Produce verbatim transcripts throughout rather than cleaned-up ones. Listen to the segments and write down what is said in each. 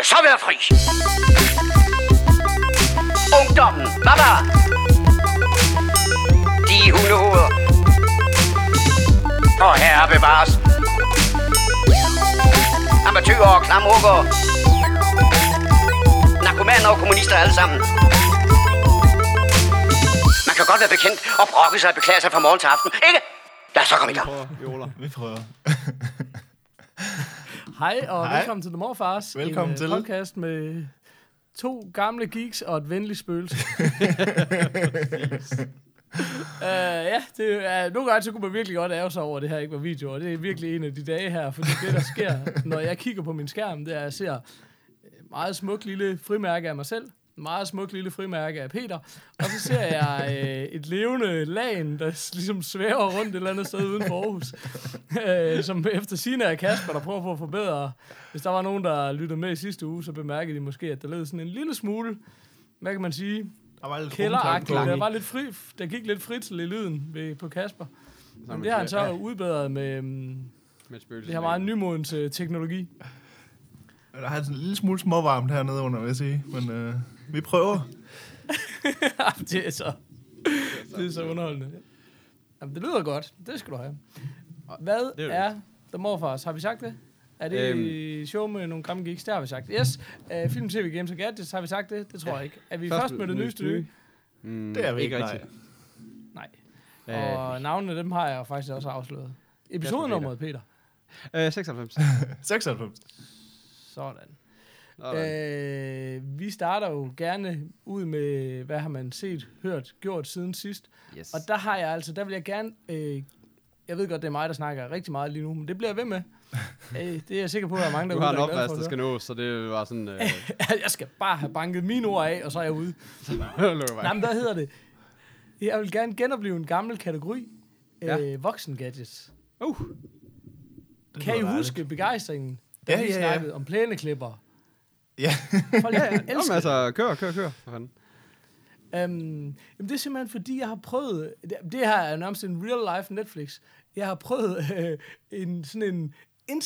det så være fri. Ungdommen, baba. De hundehoveder. Og herre bevares. Amatører og klamrukker. Narkomaner og kommunister alle sammen. Man kan godt være bekendt og brokke sig og beklage sig fra morgen til aften, ikke? Lad os så komme i gang. Vi prøver. Hej og Hej. velkommen til The Morfars. Velkommen en, til. podcast med to gamle geeks og et venligt spøgelse. uh, ja, det er, nogle gange så kunne man virkelig godt ærge sig over, at det her ikke var video, og det er virkelig en af de dage her, fordi det, der sker, når jeg kigger på min skærm, det er, at jeg ser meget smukt lille frimærke af mig selv, meget smukt lille frimærke af Peter, og så ser jeg øh, et levende lagen, der ligesom svæver rundt et eller andet sted uden for Aarhus, øh, som efter sigende af Kasper, der prøver på at forbedre. Hvis der var nogen, der lyttede med i sidste uge, så bemærkede de måske, at der lød sådan en lille smule, hvad kan man sige, Der var lidt kælderagtigt. Der var lidt fri, der gik lidt fritsel i lyden ved, på Kasper. Men det har han så ja. udbedret med, um, med det her meget nymodens uh, teknologi. Der er sådan en lille smule småvarmt hernede under, vil jeg sige. Men øh, vi prøver. det er så det er så underholdende. Jamen, det lyder godt. Det skal du have. Hvad er, er The Morfars? Har vi sagt det? Er det øhm. show med nogle gamle geeks? Det har vi sagt. Yes. Uh, film, T V, Games og Gadgets, har vi sagt det? Det tror ja. jeg ikke. Er vi først, først med det nyeste nye? Mm, det er vi ikke, nej. Nej. Øh. Og navnene, dem har jeg faktisk også afsløret. Episodenummeret, Peter? Øh, seksoghalvfems. seksoghalvfems. Sådan. Øh, vi starter jo gerne ud med, hvad har man set, hørt, gjort siden sidst. Yes. Og der har jeg altså, der vil jeg gerne, øh, jeg ved godt, det er mig, der snakker rigtig meget lige nu, men det bliver jeg ved med. øh, det er jeg sikker på, at der er mange, der du har ude, en opvask, der skal nås, så det var sådan... Øh... jeg skal bare have banket mine ord af, og så er jeg ude. Nej, men hvad hedder det? Jeg vil gerne genopleve en gammel kategori. Ja. Øh, voksen gadgets. Uh. Kan I huske ærligt. begejstringen, da ja, vi ja, ja. snakkede om plæneklipper? Ja. Folk, jeg elsker Jamen, altså, kør, kør, kør. For fanden. Um, jamen, det er simpelthen, fordi jeg har prøvet... Det, det her er nærmest en real-life Netflix. Jeg har prøvet øh, en, sådan en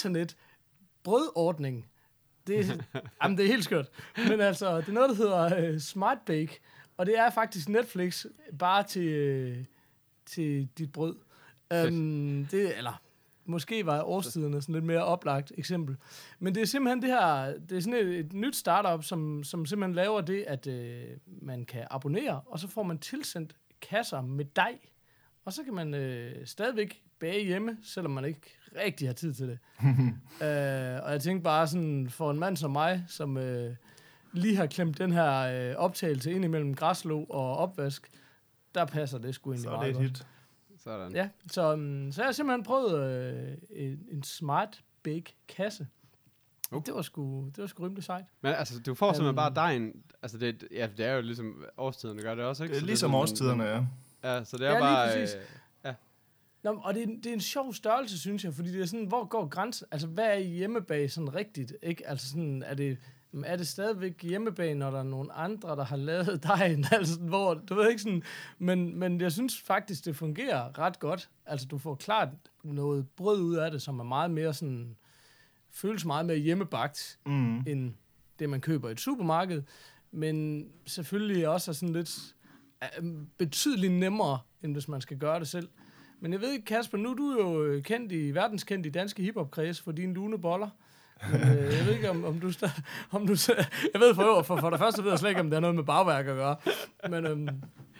internet-brødordning. Det er, jamen, det er helt skørt. Men altså, det er noget, der hedder uh, Smart Bake. Og det er faktisk Netflix bare til, uh, til dit brød. Um, det, eller... Måske var årstiderne sådan lidt mere oplagt eksempel. Men det er simpelthen det her, det er sådan et, et nyt startup, som, som simpelthen laver det, at øh, man kan abonnere, og så får man tilsendt kasser med dej. Og så kan man øh, stadigvæk bage hjemme, selvom man ikke rigtig har tid til det. øh, og jeg tænkte bare sådan, for en mand som mig, som øh, lige har klemt den her øh, optagelse ind imellem græslå og opvask, der passer det sgu egentlig meget godt. Så det er et hit. Sådan. Ja, så, um, så jeg har simpelthen prøvet øh, en, en Smart Bake kasse. Uh. Det var sgu, det var sgu rimelig sejt. Men altså, du får simpelthen um, bare dejen, altså det, ja, det er jo ligesom årstiderne gør det også, ikke? Det er ligesom det, årstiderne, ja. Ja, så det er ja, bare... Øh, ja. Nå, og det er, det er en sjov størrelse, synes jeg, fordi det er sådan, hvor går grænsen? Altså, hvad er hjemmebag sådan rigtigt, ikke? Altså sådan, er det... Er det stadigvæk hjemmebag, når der er nogle andre, der har lavet dejen? Altså, hvor, du ved ikke sådan... Men, men jeg synes faktisk, det fungerer ret godt. Altså, du får klart noget brød ud af det, som er meget mere sådan... Føles meget mere hjemmebagt, mm. end det, man køber i et supermarked. Men selvfølgelig også er sådan lidt... betydeligt nemmere, end hvis man skal gøre det selv. Men jeg ved ikke, Kasper, nu er du jo kendt i, verdenskendt i danske hiphop-kreds for dine lune boller. Men, øh, jeg ved ikke, om, om du... Sta- om du jeg ved for, for, for det første ved jeg slet ikke, om det er noget med bagværk at gøre. Men øhm,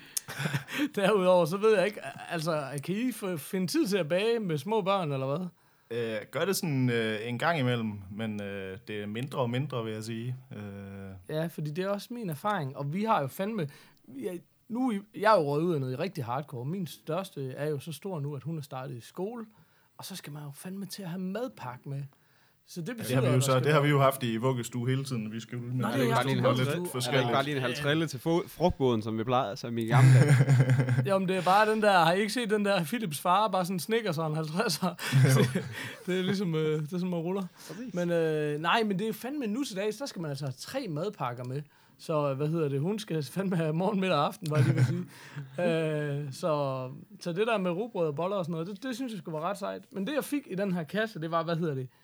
derudover, så ved jeg ikke... Altså, kan I f- finde tid til at bage med små børn, eller hvad? Øh, gør det sådan øh, en gang imellem, men øh, det er mindre og mindre, vil jeg sige. Øh. Ja, fordi det er også min erfaring. Og vi har jo fandme... Jeg, nu, jeg er jo røget ud af noget rigtig hardcore. Min største er jo så stor nu, at hun er startet i skole. Og så skal man jo fandme til at have madpakke med. Så det betyder, ja, det har vi jo så, det være... har vi jo haft i vuggestue hele tiden, vi skal ud med. Nej, det er jo bare lige en halv forskelligt. Bare lige en halv trille til frugtbåden, som vi plejer, som i gamle dage. Jo, men det er bare den der, har I ikke set den der Philips far, bare sådan snikker sig en halvtredser? Det er ligesom, øh, det er som man ruller. Men øh, nej, men det er fandme nu til dags, der skal man altså have tre madpakker med. Så hvad hedder det, hun skal fandme have morgen, middag og aften, var jeg lige vil sige. øh, så, så det der med rugbrød og boller og sådan noget, det, det synes jeg skulle være ret sejt. Men det jeg fik i den her kasse, det var, hvad hedder det,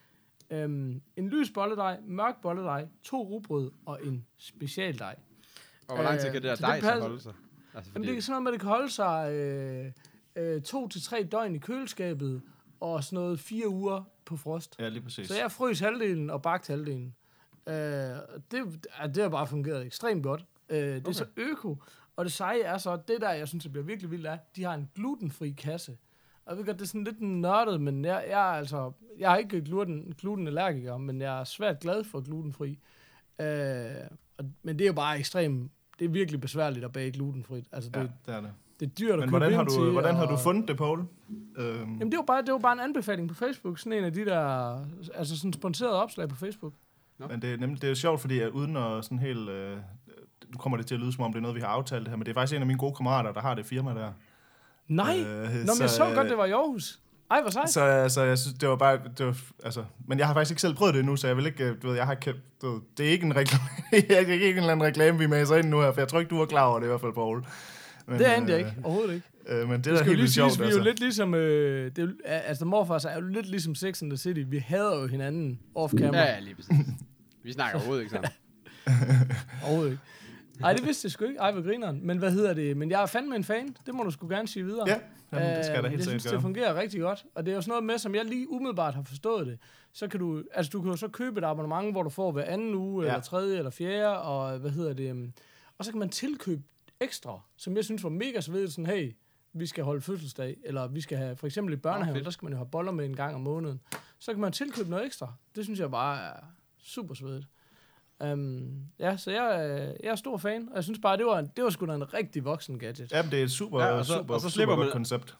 Øhm, en lys bolledej, mørk bolledej, to rugbrød og en specialdej. Og hvor lang tid Øh, kan det der så dej det så passer- holde sig? Altså, Jamen, fordi, det er sådan noget med, at det kan holde sig øh, øh, to til tre døgn i køleskabet, og sådan noget fire uger på frost. Ja, lige præcis. Så jeg frøs halvdelen og bagte halvdelen. Øh, det, ja, det har bare fungeret ekstremt godt. Øh, det er Okay. så øko, og det seje er så, det der, jeg synes, det bliver virkelig vildt af, de har en glutenfri kasse. Og jeg ved godt, det er sådan lidt nørdet, men jeg, jeg er altså, jeg er ikke gluten, glutenallergiker, men jeg er svært glad for glutenfri. Øh, og, men det er jo bare ekstremt, det er virkelig besværligt at bage glutenfrit. Altså, det, Ja, det er det. det er dyrt at Men købe hvordan har ind du, til. hvordan har og- du fundet det, Poul? Øhm, Jamen, det var, bare, det var bare en anbefaling på Facebook. Sådan en af de der, altså sådan sponsoreret opslag på Facebook. Men det er nemlig det er jo sjovt, fordi at uden at sådan helt... Øh, nu kommer det til at lyde, som om det er noget, vi har aftalt det her, men det er faktisk en af mine gode kammerater, der har det firma der. Nej! Øh, Nå, men jeg så godt, det var i Aarhus. Ej, hvor sejt. Så, så jeg synes, det var bare... Det var, altså, men jeg har faktisk ikke selv prøvet det endnu, så jeg vil ikke... Du ved, jeg har kæft, du ved, det er ikke en reklame, jeg er ikke en eller anden reklame, vi maser ind nu her, for jeg tror ikke, du var klar over det i hvert fald, Poul. Men, Det anede jeg øh, ikke. Overhovedet ikke. Øh, men det, Det er skal jo helt lige vildt sjovt, siges, vi er altså. jo lidt ligesom... Øh, det er, jo- altså, morfar så er jo lidt ligesom Sex and the City. Vi hader jo hinanden off-camera. ja, ja, lige præcis. Vi snakker overhovedet ikke sammen. Overhovedet ikke. Ej, det vidste jeg sgu ikke. Ej, hvor grineren. Men hvad hedder det? Men jeg er fandme en fan. Det må du sgu gerne sige videre. Ja, jamen, det skal jeg da Øh, helt Jeg synes, sikkert det gøre. fungerer rigtig godt. Og det er jo sådan noget med, som jeg lige umiddelbart har forstået det. Så kan du, altså du kan jo så købe et abonnement, hvor du får hver anden uge, Ja. eller tredje, eller fjerde, og hvad hedder det? øhm, Og så kan man tilkøbe ekstra, som jeg synes var mega svedigt. Sådan, hey, vi skal holde fødselsdag, eller vi skal have, for eksempel i børnehaven, fedt. der skal man jo have boller med en gang om måneden. Så kan man tilkøbe noget ekstra. Det synes jeg bare er super svedigt. Um, ja, så jeg, er- jeg er stor fan, og jeg synes bare, det var, det var sgu da en rigtig voksen gadget. Jamen, det er et super, Ja, ja, og så- super, og så super slipper godt man- koncept.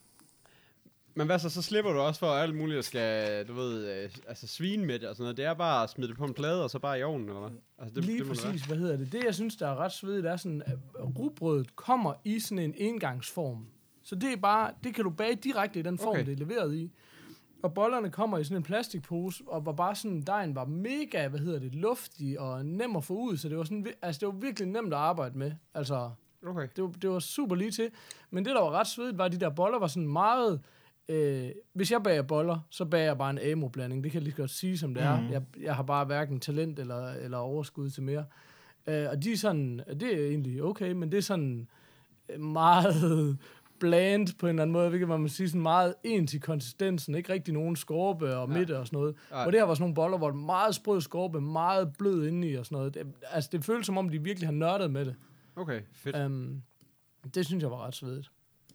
Men hvad så, så slipper du også for alt muligt, at skal, du ved, øh, altså svine med det og sådan noget. Det er bare at smide det på en plade, og så bare i ovnen, eller hvad? Altså, det, Lige det må det præcis, hvad hedder det? Det, jeg synes, der er ret svedigt, er sådan, at rugbrødet kommer i sådan en engangsform. Så det er bare, det kan du bage direkte i den form, Okay. okay. det er leveret i. Og bollerne kommer i sådan en plastikpose, og var bare sådan, dejen var mega, hvad hedder det, luftig og nem at få ud, så det var sådan, vi- altså det var virkelig nemt at arbejde med. Altså, være. Okay. det var, det var super lige til. Men det, der var ret svedigt, var, at de der boller var sådan meget... Øh, hvis jeg bager boller, så bager jeg bare en amo-blanding. Det kan jeg lige så godt sige, som det er. Mhm. Jeg, jeg har bare hverken talent eller, eller overskud til mere. Øh, og de er sådan... Det er egentlig okay, men det er sådan meget bland på en eller anden måde. Hvilket man må sige, sådan meget ens i konsistensen. Ikke rigtig nogen skorpe og Ja. midte og sådan noget. Ej. Hvor det her var sådan nogle boller, hvor det er meget sprød skorpe, meget blød indeni og sådan noget. Det, altså, det føles som om, de virkelig har nørdet med det. Okay, fedt. Um, det synes jeg var ret svedigt.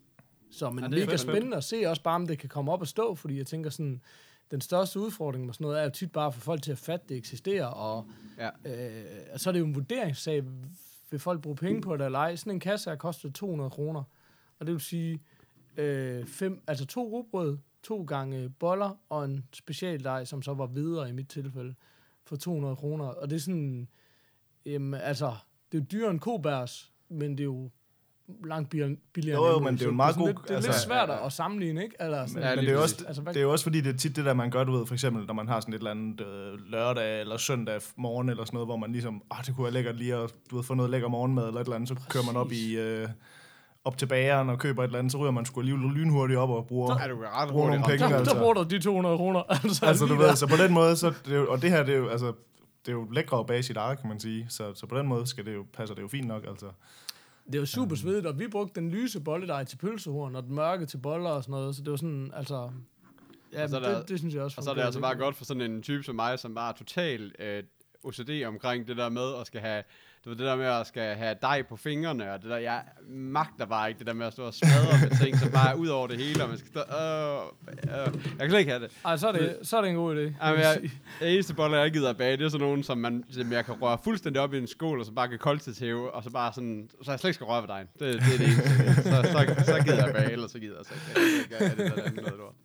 Så men Ja, ja, det er mega fedt. spændende at se også bare, om det kan komme op og stå, fordi jeg tænker sådan, den største udfordring med sådan noget er jo tit bare at få folk til at fatte, det eksisterer, og Ja. øh, og så er det jo en vurderingssag, vil folk bruge penge på det eller ej. Sådan en kasse har kostet to hundrede kroner, og det vil sige øh, fem, altså to rugbrød, to gange boller og en specialdej, som så var videre i mit tilfælde, for to hundrede kroner, og det er sådan, jamen, altså, det er jo dyrere end kobærs, men det er jo langt billigere billigere Jo, jo, end men det er jo en så meget sådan god- lidt, det er altså- lidt svært at sammenligne, ikke? Eller sådan, Men, Ja, men lige det, er jo præcis. også, Altså, hvad- det er jo også fordi, det er tit det der, man gør, du ved, for eksempel, når man har sådan et eller andet øh, lørdag eller søndag morgen eller sådan noget, hvor man ligesom, ah, det kunne være lækkert lige at du ved, få noget lækker morgenmad eller et eller andet, så kører man op i... Øh, op til bageren og køber et eller andet, så ryger man sgu alligevel lynhurtigt op og bruger... Ja, du kan ret bruger nogle hurtigt penge, der, altså. der bruger du de to hundrede kroner. Altså, Altså, du lige ved, der. så på den måde, så det er jo, og det her, det er jo, altså, det er jo lækre at bage sit eget, kan man sige. Så, så på den måde skal det jo, passer det jo fint nok, altså. Det er jo super svedigt, og vi brugte den lyse bolledej til pølsehorn, og den mørke til boller og sådan noget, så det var sådan, altså... Ja, Og så er det, der- det, synes jeg også Og så er det fungerer altså bare virkelig godt for sådan en type som mig, som bare er total øh, O C D omkring det der med at skal have, du ved, det der med at skal have dej på fingrene, og det der, jeg magter bare ikke det der med at stå og smadre med ting, som bare er ud over det hele, og man skal stå, øh, øh, jeg kan slet ikke have det. Ej, så er det, så er det en god idé. Jamen, jeg, det eneste boller, jeg gider at bage, det er sådan nogen, som, man, som jeg kan røre fuldstændig op i en skål, og så bare kan koldtidshæve, og så bare sådan, så jeg slet ikke skal røre ved dejen. Det, det er det eneste. Så, så, så gider jeg bage, ellers så gider jeg så ikke. Jeg, jeg, det der andet noget lort.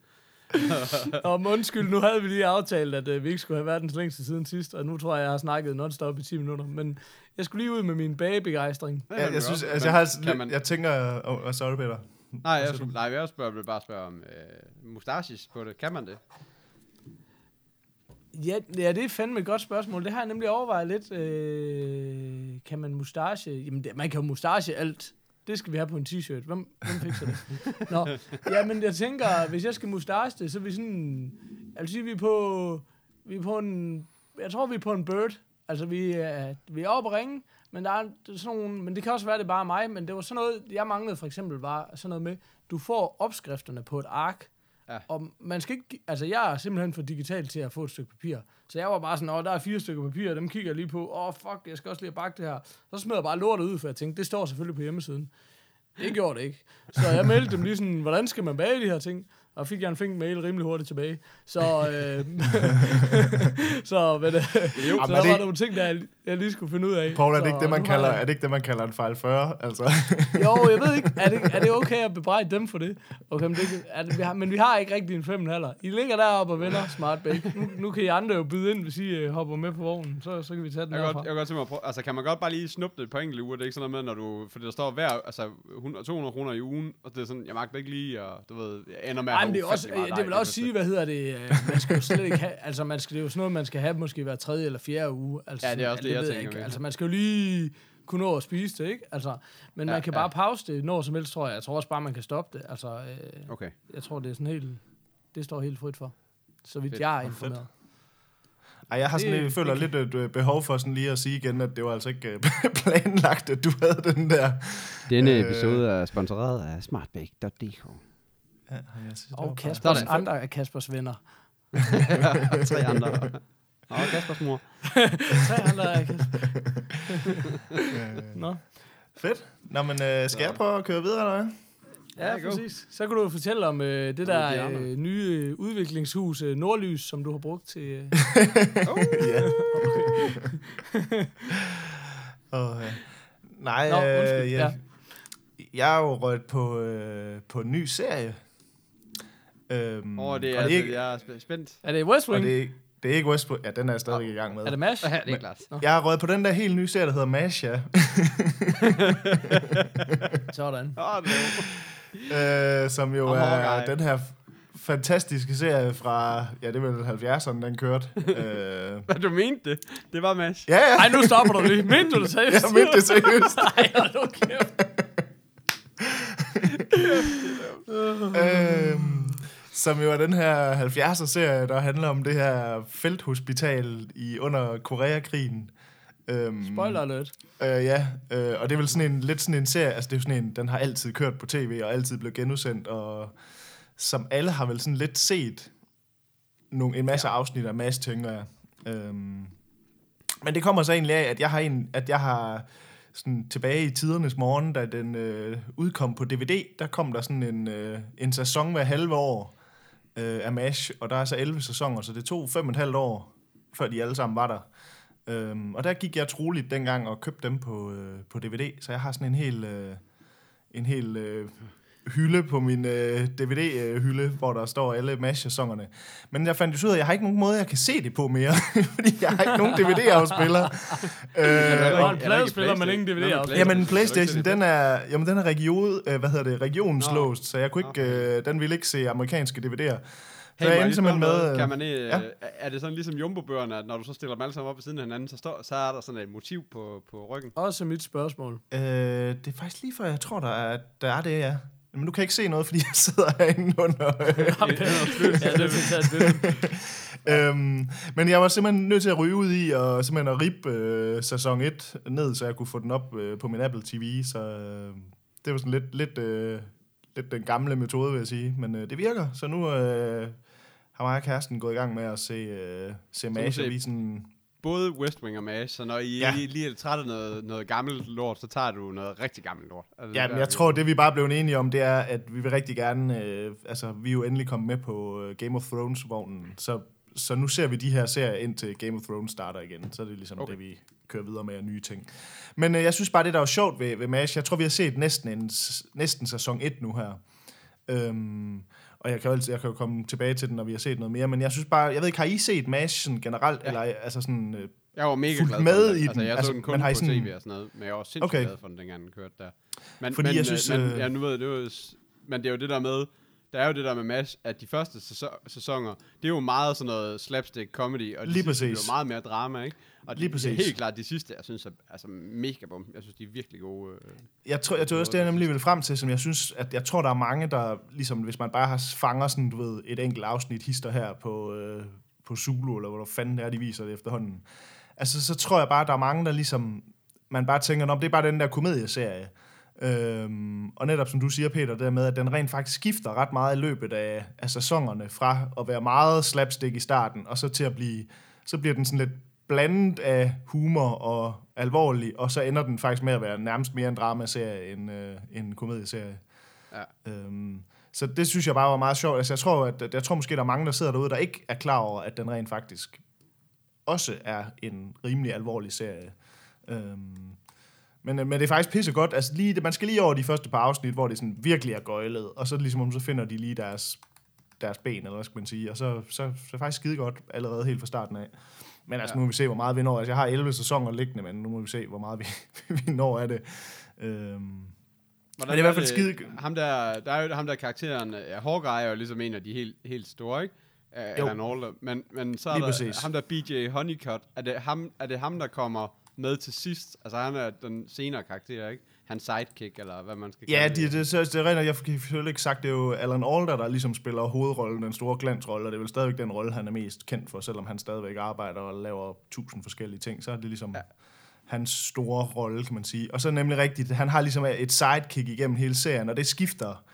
Og med undskyld, nu havde vi lige aftalt, at øh, vi ikke skulle have verdens længste siden sidst, og nu tror jeg, jeg har snakket non-stop i ti minutter, men jeg skulle lige ud med min bagebegejstring. Det Ja, kan du jeg synes, godt, altså, men jeg har, kan lidt, man- jeg tænker, oh, sorry Peter. Nej, jeg, skulle, nej, jeg vil spørge, vil bare spørge om øh, mustaches på det. Kan man det? Ja, ja, det er fandme et godt spørgsmål. Det har jeg nemlig overvejet lidt. Øh, kan man mustache? Jamen, det, man kan jo mustache alt. Det skal vi have på en t-shirt. Hvem, hvem fikser det? Nå, ja, men jeg tænker, hvis jeg skal mustache det, så er vi sådan... Jeg vil sige, vi er på vi er på en... Jeg tror, vi er på en bird. Altså, vi, er, vi er oppe at ringe, men der er sådan nogle... Men det kan også være, det er bare mig, men det var sådan noget... Jeg manglede for eksempel bare sådan noget med, du får opskrifterne på et ark, ja. Og man skal ikke... Altså, jeg er simpelthen for digital til at få et stykke papir. Så jeg var bare sådan, åh, der er fire stykker papir, dem kigger jeg lige på. Åh, fuck, jeg skal også lige have bagt det her. Så smed jeg bare lortet ud, for jeg tænkte, det står selvfølgelig på hjemmesiden. Det gjorde det ikke. Så jeg meldte dem lige sådan, hvordan skal man bage de her ting? Og fik jeg en fink mail rimelig hurtigt tilbage. Så, øh, så, men, øh, jo, så der det var nogle ting, der jeg lige skulle finde ud af. Paul, er det så, ikke det, man kalder, er det ikke det, man kalder en fejl fyrre? Altså. Jo, jeg ved ikke, er det, er det okay at bebrejde dem for det? Okay, men, det er det, vi har, men vi har ikke rigtig en fem halv. I ligger deroppe og vender Smart Bake. Nu, nu kan I andre jo byde ind, hvis I uh, hopper med på vognen. Så, så kan vi tage den jeg derfra. Godt, jeg kan godt tænke mig at prøve, altså kan man godt bare lige snuppe det på enkelte uger? Det er ikke sådan noget med, når du, fordi der står hver, altså hundrede to hundrede kroner i ugen, og det er sådan, jeg magter ikke lige, og du ved, jeg ender med at Ej, det, er også, det vil også sige, hvad hedder det, man skal jo slet ikke have, altså man skal, det er jo sådan noget, man skal have måske hver tredje eller fjerde uge. Altså, ja, det er også det, det jeg tænker. Ikke. Altså man skal jo lige kunne nå at spise det, ikke? Altså, men ja, man kan ja. bare pause det når som helst, tror jeg. Jeg tror også bare, man kan stoppe det. Altså, øh, okay. Jeg tror, det er sådan helt, det står helt frit for, så vidt fedt. Jeg er informeret. Ej, jeg har sådan, det, jeg føler det, lidt et behov for sådan lige at sige igen, at det var altså ikke planlagt, at du havde den der. Denne øh, episode er sponsoreret af smartbake punktum d k. Ja, jeg synes, og Kaspers andre er Kaspers venner. Tre andre. Og Kaspers mor. Tre andre er Kaspers. Nå. Fedt. Nå, men øh, skal jeg prøve at køre videre, eller hvad? Ja, ja præcis. Så kan du fortælle om øh, det der øh, nye øh, udviklingshus øh, Nordlys, som du har brugt til... Øh... oh. Ja. oh, ja. Nej, Nå, undskyld. Øh, jeg, ja. jeg er jo rødt på, øh, på en ny serie. Øhm, oh, det er, og det er ikke, jeg er spændt. Er det West Wing? Det er, det er ikke West Wing. Ja, den er jeg stadig oh. i gang med. Er det MASH? Ja, det er klart. Jeg har røget på den der helt nye serie, der hedder MASH, ja. Sådan. Oh, øh, som jo oh, er okay. Den her fantastiske serie fra, ja, det er vel halvfjerdserne, den kørte. øh. Hvad du mente det? Det var MASH. Ja, ja. Ej, nu stopper du lige. Mente du det seriøst? Jeg mente det seriøst. Ej, hold nu kæft. øhm, som jo er den her halvfjerdser-serie, der handler om det her felthospital i under Koreakrigen. Øhm, Spoiler alert. Øh, ja, øh, og det er vel sådan en, lidt sådan en serie, altså det er jo sådan en, den har altid kørt på tv, og altid blevet genudsendt, og som alle har vel sådan lidt set nogle, en masse ja. afsnit af MASH, tænker jeg. Øhm, men det kommer så egentlig af, at jeg har, en, at jeg har sådan tilbage i tidernes morgen, da den øh, udkom på D V D, der kom der sådan en, øh, en sæson hver halve år øh, af MASH, og der er så elleve sæsoner, så det tog fem og et halvt år, før de alle sammen var der. Øhm, og der gik jeg troligt dengang og købte dem på, øh, på D V D, så jeg har sådan en hel, øh, en hel øh, hylde på min øh, D V D-hylde, hvor der står alle MASH-sæsonerne. Men jeg fandt jo ud af, at jeg har ikke nogen måde, jeg kan se det på mere, fordi jeg har ikke nogen D V D-afspiller. øh, du har en pladespiller, men ingen D V D-afspiller. Jamen, PlayStation, den er, jamen, den er region, øh, hvad hedder det, regionslåst, så jeg kunne ikke, øh, den ville ikke se amerikanske D V D'er. Hey, jeg endte simpelthen med, kan man, øh, ja? Er det sådan ligesom Jumbo-bøgerne, at når du så stiller dem alle sammen op ved siden af hinanden, så, står, så er der sådan et motiv på, på ryggen? Også mit spørgsmål. Øh, det er faktisk lige før, jeg tror, der er, der er det, ja. Men du kan ikke se noget, fordi jeg sidder herinde under... ja, det er øhm, Men jeg var simpelthen nødt til at ryge ud i, og simpelthen at rippe øh, sæson et ned, så jeg kunne få den op øh, på min Apple T V, så øh, det var sådan lidt... lidt øh, lidt den gamle metode, vil jeg sige. Men øh, det virker, så nu øh, har mig og kæresten gået i gang med at se, øh, se MASH, og vi sådan... Både West Wing og MASH, så når I ja. lige, lige er træt af noget, noget gammelt lort, så tager du noget rigtig gammelt lort. Altså, ja, men jeg vi... tror, det vi bare blev enige om, det er, at vi vil rigtig gerne... Øh, altså, vi er jo endelig kommet med på øh, Game of Thrones-vognen, så, så nu ser vi de her serier, indtil Game of Thrones starter igen. Så er det ligesom okay. det, vi kører videre med af nye ting. Men øh, jeg synes bare, det der er sjovt ved, ved MASH, jeg tror, vi har set næsten, en, næsten sæson et nu her. Øhm, og jeg kan, jo altid, jeg kan jo komme tilbage til den, når vi har set noget mere, men jeg synes bare, jeg ved ikke, har I set MASH sådan generelt, ja. eller altså sådan... Øh, jeg var mega glad for med den. I den. Altså, jeg så altså, den kun på sådan... T V og sådan noget, men jeg var sindssygt okay. glad for den, dengang den kørte der. Men, Fordi men, jeg synes... Men, øh... ja, nu ved jeg, det var, men det er jo det der med, der er jo det der med MASH, at de første sæsoner, det er jo meget sådan noget slapstick comedy, og de lige sidste er jo meget mere drama, ikke? Og lige det, præcis. Det er helt klart, de sidste, jeg synes, er altså mega bum. Jeg synes, de er virkelig gode. Øh, jeg tror, jeg tror også, det er nemlig vel frem til, som jeg synes, at jeg tror, der er mange, der ligesom, hvis man bare har fanger sådan, du ved, et enkelt afsnit hister her på, øh, på Zulu, eller hvor fanden det er, de viser det efterhånden. Altså, så tror jeg bare, der er mange, der ligesom, man bare tænker, om det er bare den der komedieserie. Øhm, og netop som du siger, Peter, det der med, at den rent faktisk skifter ret meget i løbet af, af sæsonerne, fra at være meget slapstick i starten, og så til at blive, så bliver den sådan lidt blandet af humor og alvorlig, og så ender den faktisk med at være nærmest mere en dramaserie end øh, en komedieserie. Ja. Øhm, så det synes jeg bare var meget sjovt. Altså, jeg tror, at, jeg tror måske, der er mange, der sidder derude, der ikke er klar over, at den rent faktisk også er en rimelig alvorlig serie. Øhm, men, men det er faktisk pissegodt. Altså, lige, man skal lige over de første par afsnit, hvor det sådan virkelig er gøjlet, og så ligesom så finder de lige deres, deres ben, eller hvad skal man sige, og så, så, så er det faktisk skide godt allerede helt fra starten af. Men altså, ja. Nu må vi se, hvor meget vi når. Altså, jeg har elleve sæsoner liggende, men nu må vi se, hvor meget vi, vi når af det. Øhm, men det er i hvert fald skide... Ham der, der er jo ham der karakteren, ja, Hawkeye er jo ligesom en af de helt, helt store, ikke? Uh, Alan Alda. Men, men så er der præcis. Ham der B J Honeycutt, er det ham, er det ham, der kommer med til sidst? Altså, han er den senere karakter, ikke? Hans sidekick, eller hvad man skal kalde ja, det. Ja, det, det, det er rent, jeg kan selvfølgelig ikke sagt, det er jo Alan Alda, der ligesom spiller hovedrollen, den store glansrolle, og det er vel stadigvæk den rolle, han er mest kendt for, selvom han stadigvæk arbejder og laver tusind forskellige ting, så er det ligesom ja. hans store rolle, kan man sige. Og så er det nemlig rigtigt, han har ligesom et sidekick igennem hele serien, og det skifter,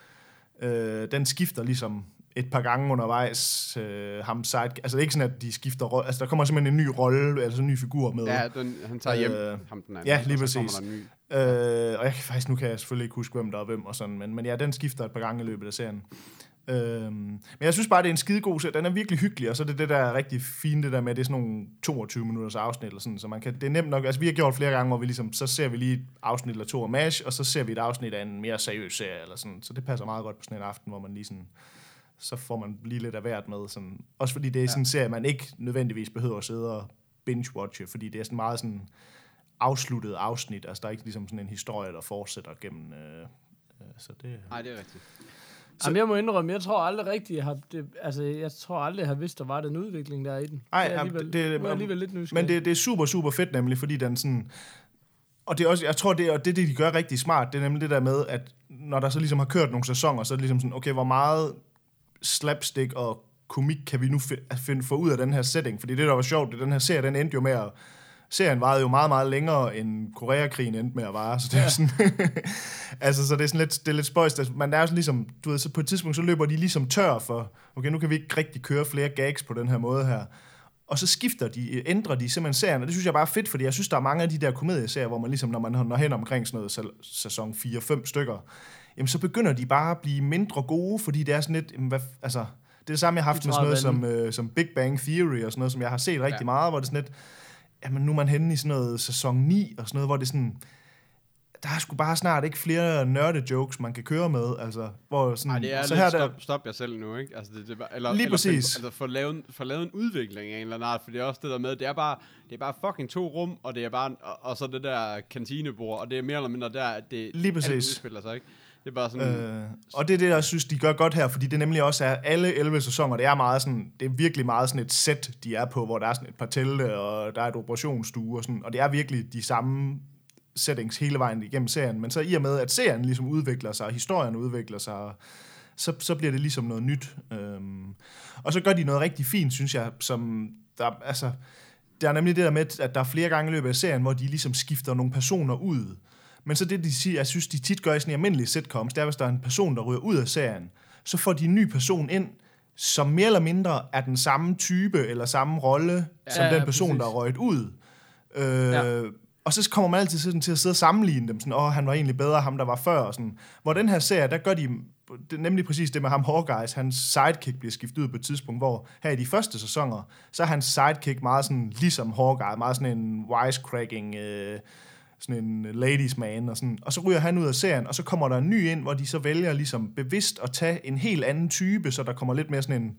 øh, den skifter ligesom et par gange undervejs øh, ham side, altså det er ikke sådan, at de skifter rolle, altså der kommer simpelthen en ny rolle, altså en ny figur med. Ja, den, han tager hjem, øh, ham den anden. Ja, lige præcis. Øh, og jeg kan faktisk, nu kan jeg selvfølgelig ikke huske, hvem der er hvem og sådan, men, men ja, den skifter et par gange i løbet af serien. Øh, men jeg synes bare, det er en skidegod serie, den er virkelig hyggelig, og så er det det, der er rigtig fint, det der med, det er sådan nogle toogtyve minutters afsnit, eller sådan, så man kan, det er nemt nok, altså vi har gjort flere gange, hvor vi ligesom, så ser vi lige et afsnit eller to af MASH, og så ser vi et afsnit af en mere seriøs serie, eller sådan, så det passer meget godt på sådan en aften, hvor man lige sådan, så får man lige lidt af hvert med. Sådan. Også fordi det er sådan en serie, man ikke nødvendigvis behøver at sidde og binge-watche, fordi det er sådan meget sådan afsluttet afsnit. Altså, der er ikke ligesom sådan en historie, der fortsætter gennem... Øh, øh, så det... Nej, det er rigtigt. Så, Jamen, jeg må indrømme, jeg tror aldrig rigtigt, jeg har, det, altså, jeg tror aldrig, jeg har vidst, der var den udvikling der i den. Ej, det er alligevel, det, det, er alligevel lidt nysgerrig. Men det, det er super, super fedt nemlig, fordi den sådan... Og det er også, jeg tror, det er det, de gør rigtig smart, det er nemlig det der med, at når der så ligesom har kørt nogle sæsoner, så er det ligesom sådan, okay, hvor meget slapstick og komik kan vi nu finde få ud af den her setting, fordi det der var sjovt, det den her serie, den endte jo med at, serien varede jo meget, meget længere end Koreakrigen endte med at vare, så det er ja. sådan, altså så det er sådan lidt, det er lidt spøjst, man er sådan ligesom, du ved, så på et tidspunkt, så løber de ligesom tør for, okay, nu kan vi ikke rigtig køre flere gags på den her måde her, og så skifter de, ændrer de simpelthen serien, og det synes jeg bare er fedt, fordi jeg synes, der er mange af de der komedieserier, hvor man ligesom, når man når hen omkring sådan noget sæson fire fem stykker, jamen så begynder de bare at blive mindre gode, fordi det er sådan lidt, hvad, altså, det er det samme, jeg har haft med sådan noget som, øh, som Big Bang Theory og sådan noget, som jeg har set rigtig ja. meget, hvor det er sådan lidt, jamen nu er man henne i sådan noget sæson ni og sådan noget, hvor det er sådan, der er sgu bare snart ikke flere nørde-jokes, man kan køre med, altså, hvor sådan... Ej, det er så lidt her stop, der, stop jer selv nu, ikke? Altså, det, det er bare, eller, lige eller præcis. Find, altså, få lavet, få lavet en udvikling af en eller anden art, for det er også det der med, det er bare, det er bare fucking to rum, og det er bare, og, og så det der kantinebord, og det er mere eller mindre der, at det lige præcis. alt udspiller sig, ikke? Det er bare sådan... Øh, og det er det, jeg synes, de gør godt her, fordi det nemlig også er alle elleve sæsoner, det er meget sådan, det er virkelig meget sådan et sæt, de er på, hvor der er sådan et par telte, og der er et operationsstue, og sådan, og det er virkelig de samme settings hele vejen igennem serien, men så i og med, at serien ligesom udvikler sig, og historien udvikler sig, så, så bliver det ligesom noget nyt. Øhm, og så gør de noget rigtig fint, synes jeg, som der, altså, der er nemlig det der med, at der er flere gange i løbet af serien, hvor de ligesom skifter nogle personer ud. Men så det, de siger, jeg synes, de tit gør i sådan en almindelig sitcoms, det er, hvis der er en person, der ryger ud af serien, så får de en ny person ind, som mere eller mindre er den samme type, eller samme rolle, ja, som ja, den person, præcis. Der er røget ud. Øh, ja. Og så kommer man altid sådan til at sidde og sammenligne dem, sådan, åh, han var egentlig bedre, ham der var før, og sådan. Hvor den her serie, der gør de, det er nemlig præcis det med ham Hawkeye, hans sidekick bliver skiftet ud på et tidspunkt, hvor her i de første sæsoner, så er hans sidekick meget sådan, ligesom Hawkeye, meget sådan en wisecracking, øh, sådan en ladies man, og sådan. Og så ryger han ud af serien, og så kommer der en ny ind, hvor de så vælger ligesom bevidst at tage en helt anden type, så der kommer lidt mere sådan en,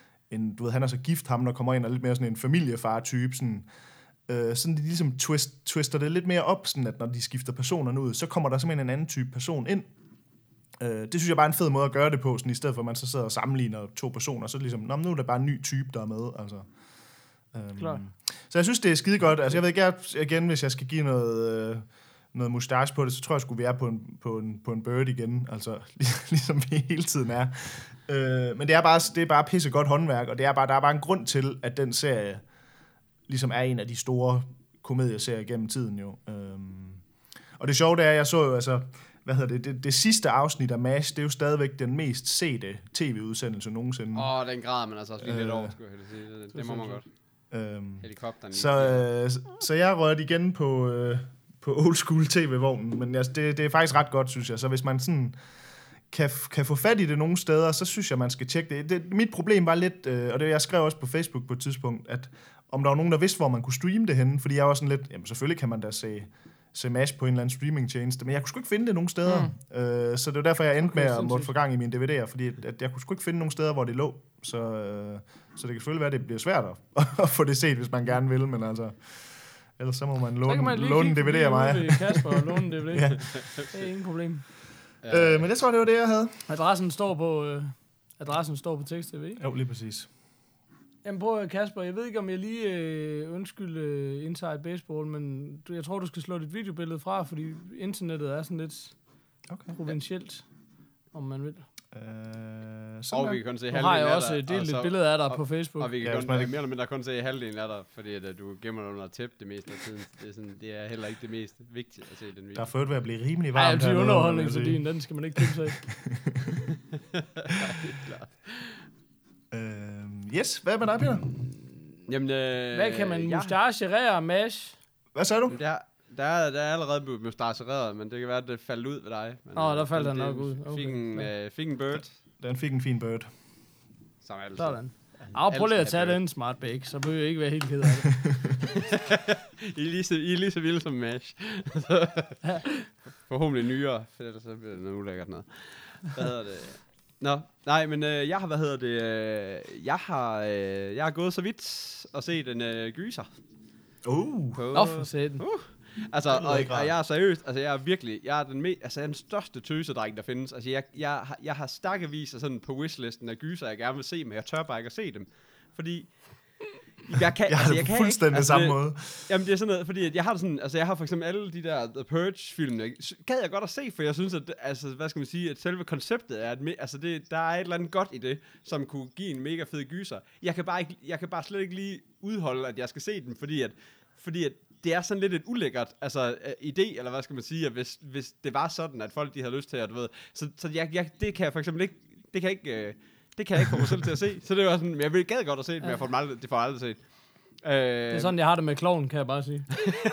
en du ved, han er så gift, ham der kommer ind, og lidt mere sådan en familiefar-type, sådan. Øh, sådan de ligesom twist, twister det lidt mere op, sådan at når de skifter personerne ud, så kommer der simpelthen en anden type person ind. Øh, det synes jeg bare er en fed måde at gøre det på, sådan, i stedet for at man så sidder og sammenligner to personer, så er det ligesom, nå, nu er der bare en ny type, der er med. Altså. Øhm, så jeg synes, det er skide godt. Altså, jeg ved ikke, jeg, igen, hvis jeg skal give noget, øh, noget mustache på det, så tror jeg sgu, vi er på en, på en, på en bird igen, altså ligesom vi hele tiden er. Øh, men det er bare, det er bare pisse godt håndværk, og det er bare, der er bare en grund til, at den serie ligesom er en af de store komedieserier gennem tiden jo. Øhm, og det sjove det er, jeg så jo altså, hvad hedder det, det, det sidste afsnit af MASH, det er jo stadigvæk den mest sete tv-udsendelse nogensinde. Åh, oh, den grad, man altså også lige øh, lidt over, skulle jeg sige. Det, det må man godt. Øhm, Helikopteren. Så, øh, så jeg rørte igen på, øh, på old school tv-vognen, men altså, det, det er faktisk ret godt, synes jeg. Så hvis man sådan kan, kan få fat i det nogle steder, så synes jeg, man skal tjekke det. det mit problem var lidt, øh, og det jeg skrev også på Facebook på et tidspunkt, at om der var nogen, der vidste, hvor man kunne streame det henne, fordi jeg var sådan lidt, jamen selvfølgelig kan man da se, se MASH på en eller anden streamingtjeneste, men jeg kunne sgu ikke finde det nogen steder. Mm. Øh, så det var derfor, jeg endte okay, med at måtte få gang i mine D V D'er, fordi at jeg kunne sgu ikke finde nogen steder, hvor det lå. Så, øh, så det kan selvfølgelig være, at det bliver svært at, at få det set, hvis man gerne vil, men altså, ellers så må man låne, man låne en D V D af mig. Kasper og låne en D V D. Ja. Det er ingen problem. Øh, men jeg tror, det var det, jeg havde. Adressen står på, øh, adressen står på tekst-T V. Jo, lige præcis. Jamen prøv, Kasper, jeg ved ikke, om jeg lige øh, undskylder øh, Inside Baseball, men du, jeg tror, du skal slå dit videobillede fra, fordi internettet er sådan lidt okay. provincielt, om man vil. Øh, og vi kan kun se halvdelen af dig. Nu har jeg også delt et billede af dig og, på Facebook. Og vi kan ja, kun, mere eller mindre kun se halvdelen af dig, fordi at, at du gemmer dig under tæppe det meste af tiden. Det er, sådan, det er heller ikke det mest vigtige at se den video. Der er ført ved at blive rimelig varmt. Nej, det er underholdning, fordi den skal man ikke kæmpe sig Uh, yes, hvad med dig, Peter? Jamen, øh, hvad kan man mustacherere, MASH? Hvad sagde du? Der, der, er, der er allerede blevet mustachereret, men det kan være, at det faldt ud ved dig. Åh, oh, der faldt han nok ud. Okay. Fik, en, øh, fik en bird. Den fik en fin bird. Som altid. Sådan. Ej, prøv lige at tage den smart bake, så behøver jeg ikke være helt ked af det. I, er lige så, I er lige så vilde som MASH. Forhåbentlig nyere, for ellers så bliver det noget ulækkert noget. Hvad hedder det? Nå, nej, men øh, jeg har, hvad hedder det, øh, jeg har, øh, jeg har gået så vidt og set en øh, gyser. Uh. På, Nå, for sætten. Uh. Altså, og, og jeg er seriøst, altså jeg er virkelig, jeg er den, me, altså, jeg er den største tøsedreng, der findes. Altså, jeg, jeg, jeg, jeg har stakkevis af sådan på wishlisten af gyser, jeg gerne vil se, men jeg tør bare ikke at se dem. Fordi jeg kan, jeg altså, jeg kan fuldstændig ikke, altså, samme det, måde. Jamen det er sådan noget, fordi at jeg har sådan, altså jeg har for eksempel alle de der The Purge-film, gad jeg godt at se, for jeg synes, at altså, hvad skal man sige, at selve konceptet er, at altså det, der er et eller andet godt i det, som kunne give en mega fed gyser. Jeg kan bare ikke, jeg kan bare slet ikke lige udholde, at jeg skal se den, fordi at, fordi at det er sådan lidt et ulækkert, altså uh, idé, eller hvad skal man sige, at hvis, hvis det var sådan, at folk de havde lyst til at, du ved, så, så jeg, jeg, det kan jeg for eksempel ikke, det kan jeg ikke, uh, det kan jeg ikke få mig selv til at se, så det var sådan, jeg vil gad godt at se det, men jeg får det aldrig, det får jeg aldrig set. Det er sådan, jeg har det med kloven, kan jeg bare sige.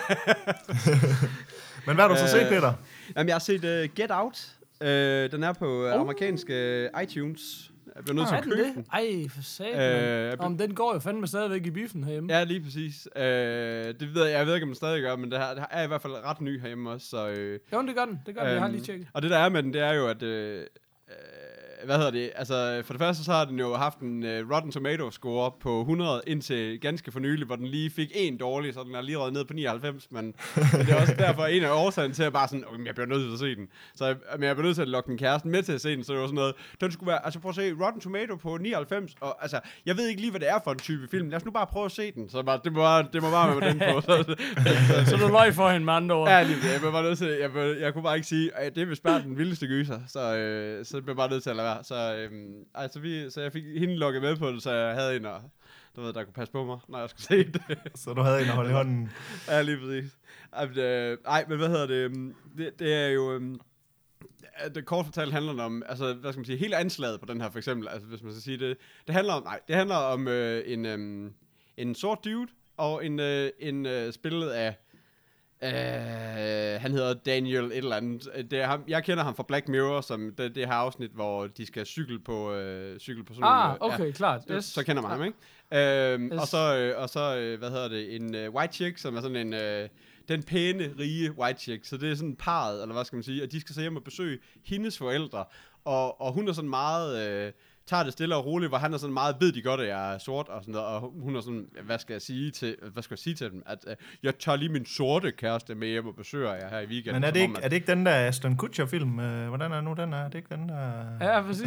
Men hvad har du så set, Peter? Jamen, jeg har set uh, Get Out. Uh, den er på uh, amerikanske uh, iTunes. Jeg bliver nødt til at købe den. Ej, for satan. Uh, Om den går jo fandme stadigvæk i biffen herhjemme. Ja, lige præcis. Uh, det ved jeg, jeg ved ikke, om den stadig gør, men det, her, det er i hvert fald ret ny herhjemme også. Så, uh, jo, det gør den. Det gør den. Um, jeg har lige tjekket. Og det der er med den, det er jo, at... Uh, hvad hedder det? Altså, for det første så har den jo haft en uh, Rotten Tomato score på hundrede indtil ganske for nylig, hvor den lige fik en dårlig, så den er lige røget ned på nioghalvfems, men, men det er også derfor en af årsagen til at bare sådan, okay, jeg bliver nødt til at se den. Så jeg, men jeg bliver nødt til at lokke min kæreste med til at se den, så det var sådan noget, den skulle være, altså prøv at se, Rotten Tomato på nioghalvfems, og altså, jeg ved ikke lige, hvad det er for en type film, lad os nu bare prøve at se den, så bare, det må bare, det må bare være med den på. Så, så, så du løg for hende med andre ord. Ja, lige, jeg, blev bare nødt til, jeg, jeg, jeg kunne bare ikke sige, at det er vist bare den vildeste gyser, så, øh, så blev jeg bare nødt til at lade være, så øhm, altså vi, så jeg fik hende lukket med på det, så jeg havde en, og, du ved, der kunne passe på mig, når jeg skulle se det. Så du havde en at holde i hånden? Ja, lige præcis. Øh, ej, men hvad hedder det? Det, det er jo... Um, det kort fortalt handler det om, altså, hvad skal man sige, hele anslaget på den her, for eksempel, altså, hvis man skal sige det, det handler om, nej, det handler om øh, en, um, en sort dude, og en, øh, en øh, spillet af, Uh, han hedder Daniel et eller andet. Det er ham, jeg kender ham fra Black Mirror, som det, det her afsnit, hvor de skal cykle på uh, cykle på sådan ah, nogle, okay, ja, klart. Yes. Så kender man ham, ikke? Uh, yes. Og så uh, og så uh, hvad hedder det? En uh, white chick, som er sådan en uh, den pæne, rige white chick. Så det er sådan parret, eller hvad skal man sige, og de skal så hjem og besøge hendes forældre. Og, og hun er sådan meget uh, tager det stille og roligt, hvor han er sådan meget, ved de godt, at jeg er sort, og sådan noget, og hun er sådan, hvad skal jeg sige til, hvad skal jeg sige til dem, at uh, jeg tager lige min sorte kæreste med hjem og besøger jer her i weekenden. Men er det, ikke, at, er det ikke den der Aston Kutcher-film? Uh, hvordan er nu den er? Er det ikke den der... Ja, præcis.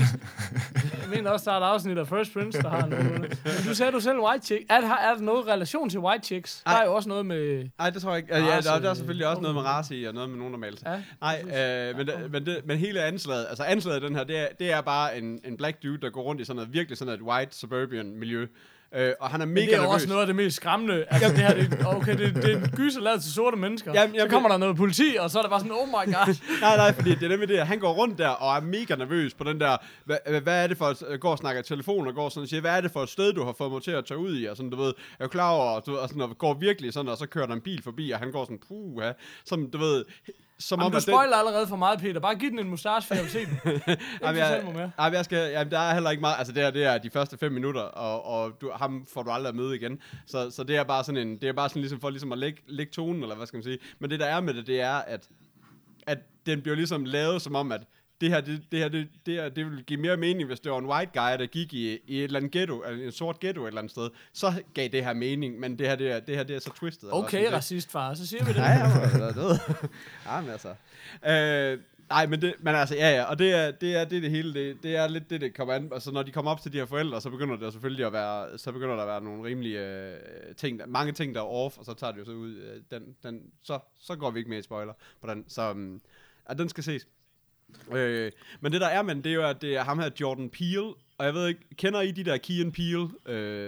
Jeg mener også, der er et afsnit af First Prince, der har noget. Men du sagde du selv White Chick. Er, er der noget relation til White Chicks? Der er jo også noget med... Nej, det tror jeg ikke. Ja, ja, der, der er selvfølgelig også noget med race i, og noget med nogen, der maler sig. Nej, øh, men, men, det, men hele anslaget, altså anslaget af den her, det er, det er bare en, en black dude, der går rundt i sådan noget, virkelig sådan et white suburban miljø. Øh, og han er mega nervøs. Det er jo også noget af det mest skræmmende. Altså, det her, det, okay, det, det er en gyser lavet til sorte mennesker. Jamen, jamen, så kommer der noget politi, og så er der bare sådan, oh my god. nej, nej, fordi det er nemlig det, han går rundt der, og er mega nervøs på den der, hvad, hvad er det for, at går og snakker i telefon, og går sådan og siger, hvad er det for et sted, du har fået mig til at tage ud i, og sådan, du ved, er jo klar over, og, du, og, sådan, og går virkelig sådan, og så kører der en bil forbi, og han går sådan, puh, ja, som, du ved, som jamen, om, du spoiler den... allerede for meget, Peter. Bare giv den en mustache, for jeg vil se den. jamen, jeg, jamen, jeg skal, jamen, der er heller ikke meget. Altså, det her, det er de første fem minutter, og, og du, ham får du aldrig at møde igen. Så, så det er bare sådan en, det er bare sådan ligesom for ligesom at lægge, lægge tonen, eller hvad skal man sige. Men det, der er med det, det er, at, at den bliver ligesom lavet som om, at det her, det, det her, det, det her, det ville give mere mening, hvis det var en white guy, der gik i, i et eller andet ghetto, en sort ghetto et eller andet sted. Så gav det her mening, men det her, det er, det her, det er så twistet. Okay, racistfar, så siger vi det. Nej, ja, det ved ja, men altså. Øh, nej, men det, men altså, ja, ja, og det er det, er, det, er det hele, det, det er lidt det, det kommer an. Altså, når de kommer op til de her forældre, så begynder det selvfølgelig at være, så begynder der at være nogle rimelige øh, ting, mange ting, der er off, og så tager det jo så ud, øh, den, den, så, så går vi ikke mere i spoiler på den, så um, ja, den skal ses. Øh, men det der er, men det er jo, at det er ham her, Jordan Peele, og jeg ved ikke, kender I de der Key and Peele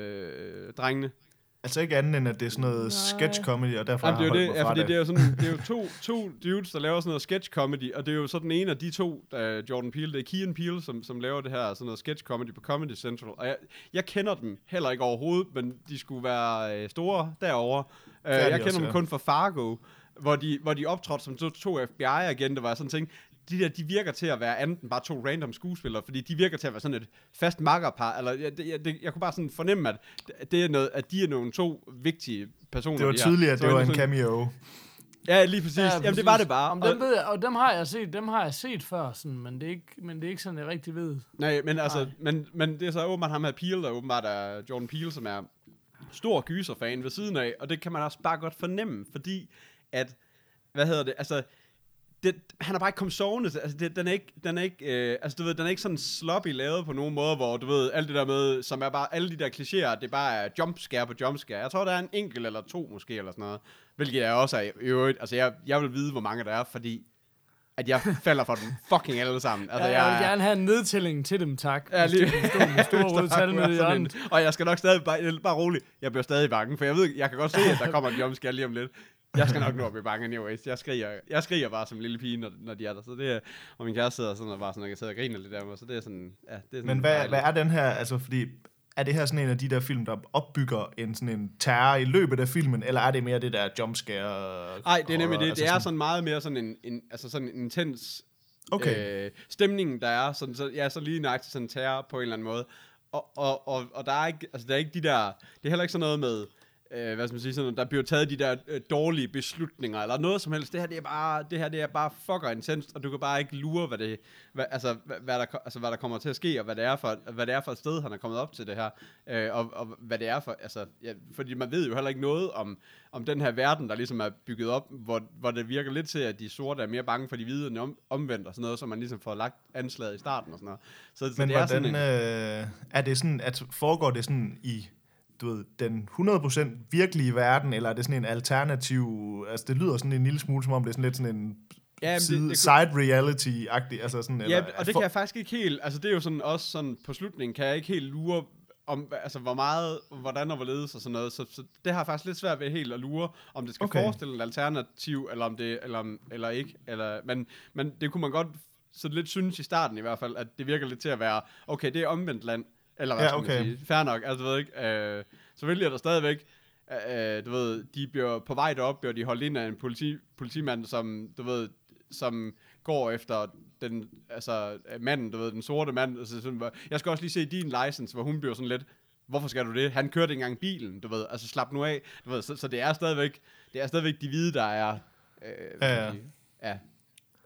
øh, drengene? Altså ikke andet end, at det er sådan noget sketch comedy, og derfor jamen, det er har jo jeg det, ja, det. Det er jo sådan, det er jo to, to dudes, der laver sådan noget sketch comedy, og det er jo så den ene af de to, uh, Jordan Peele, det er Key and Peele, som, som laver det her sådan noget sketch comedy på Comedy Central, og jeg, jeg kender dem heller ikke overhovedet, men de skulle være uh, store derovre. Uh, jeg kender også, dem ja. kun fra Fargo, hvor de, hvor de optrådte som to, to F B I-agenter, var sådan ting. De der, de virker til at være andet end bare to random skuespillere, fordi de virker til at være sådan et fast makkerpar, eller jeg, det, jeg, jeg kunne bare sådan fornemme, at det er noget, at de er nogle to vigtige personer. Det var tydeligt, at det var en cameo. Ja, lige præcis. Ja, præcis. Jamen, det var det bare. Om dem ved jeg, og dem har jeg set, dem har jeg set før, sådan, men det er ikke, men det er ikke sådan, jeg rigtig ved. Nej, men altså, men, men det er så åbenbart ham her Peele, der åbenbart er Jordan Peele, som er stor gyserfan ved siden af, og det kan man også bare godt fornemme, fordi at, hvad hedder det, altså, Det, han er bare ikke kommet sovende, altså det, den er ikke, den er ikke, øh, altså du ved, den er ikke sådan sloppy lavet på nogen måde, hvor du ved, alt det der med, som er bare, alle de der klichéer, det bare er jumpscare på jumpscare. Jeg tror, der er en enkelt eller to måske, eller sådan noget, hvilket jeg også er i øvrigt, altså jeg, jeg vil vide, hvor mange der er, fordi at jeg falder for dem fucking alle sammen. Altså, ja, jeg vil jeg, gerne have en nedtælling til dem, tak. Ja, lige. Store, store røde tal med i hjørnet. Og jeg skal nok stadig, bare, bare rolig, jeg bliver stadig bange, for jeg ved, jeg kan godt se, at der kommer en jumpscare lige om lidt. Jeg skal nok nå at blive bange anyways. Jeg skriger, jeg skriger bare som en lille pige, når, når de er der. Så det er, og min kæreste sidder sådan og bare sådan, og jeg sidder og griner lidt af mig. Så det er sådan, ja, det er sådan. Men hvad, hvad er den her, altså fordi, er det her sådan en af de der film, der opbygger en sådan en terror i løbet af filmen, eller er det mere det der jumpscare? Nej, det er nemlig det. Altså det er sådan, sådan meget mere sådan en, en altså sådan en intens okay. øh, stemning, der er. Sådan, så, ja, så lige nøjagtigt sådan terror på en eller anden måde. Og, og, og, og der er ikke, altså der er ikke de der, det er heller ikke sådan noget med, Øh, hvad skal man sige, sådan, der bliver taget de der øh, dårlige beslutninger, eller noget som helst. Det her, det er bare, det her, det er bare fucker intenst, og du kan bare ikke lure, hvad det, hvad, altså, hvad, hvad, der, altså, hvad der kommer til at ske, og hvad det er for, hvad det er for et sted, han er kommet op til det her, øh, og, og hvad det er for, altså, ja, fordi man ved jo heller ikke noget om, om den her verden, der ligesom er bygget op, hvor, hvor det virker lidt til, at de sorte er mere bange for de hvide end om, omvendt, og sådan noget, så man ligesom får lagt anslaget i starten, og sådan noget. Så, så men det hvordan, er sådan en, øh, er det sådan, at foregår det sådan i, du ved, den hundrede procent virkelige verden, eller er det sådan en alternativ, altså det lyder sådan en lille smule, som om det er sådan lidt sådan en ja, side, det, det side reality-agtig, altså sådan, ja, eller, og det for, kan jeg faktisk ikke helt, altså det er jo sådan også sådan, på slutningen kan jeg ikke helt lure, om, altså hvor meget, hvordan og hvorledes og sådan noget, så, så det har jeg faktisk lidt svært ved helt at lure, om det skal okay. forestille et alternativ, eller om det, eller, om, eller ikke, eller, men, men det kunne man godt så lidt synes i starten i hvert fald, at det virker lidt til at være, okay, det er omvendt land, eller hvad ja, skal okay. man sige, fair nok, altså du ved ikke, øh, selvfølgelig er der stadigvæk, øh, du ved, de bliver på vej derop, og de holdt ind af en politi, politimand, som, du ved, som går efter den, altså manden, du ved, den sorte mand, altså sådan, jeg skal også lige se din license, hvor hun bliver sådan lidt, hvorfor skal du det? Han kørte ikke engang bilen, du ved, altså slap nu af, du ved, så, så det er stadigvæk, det er stadigvæk de hvide, der er, øh, ja, ja. ja.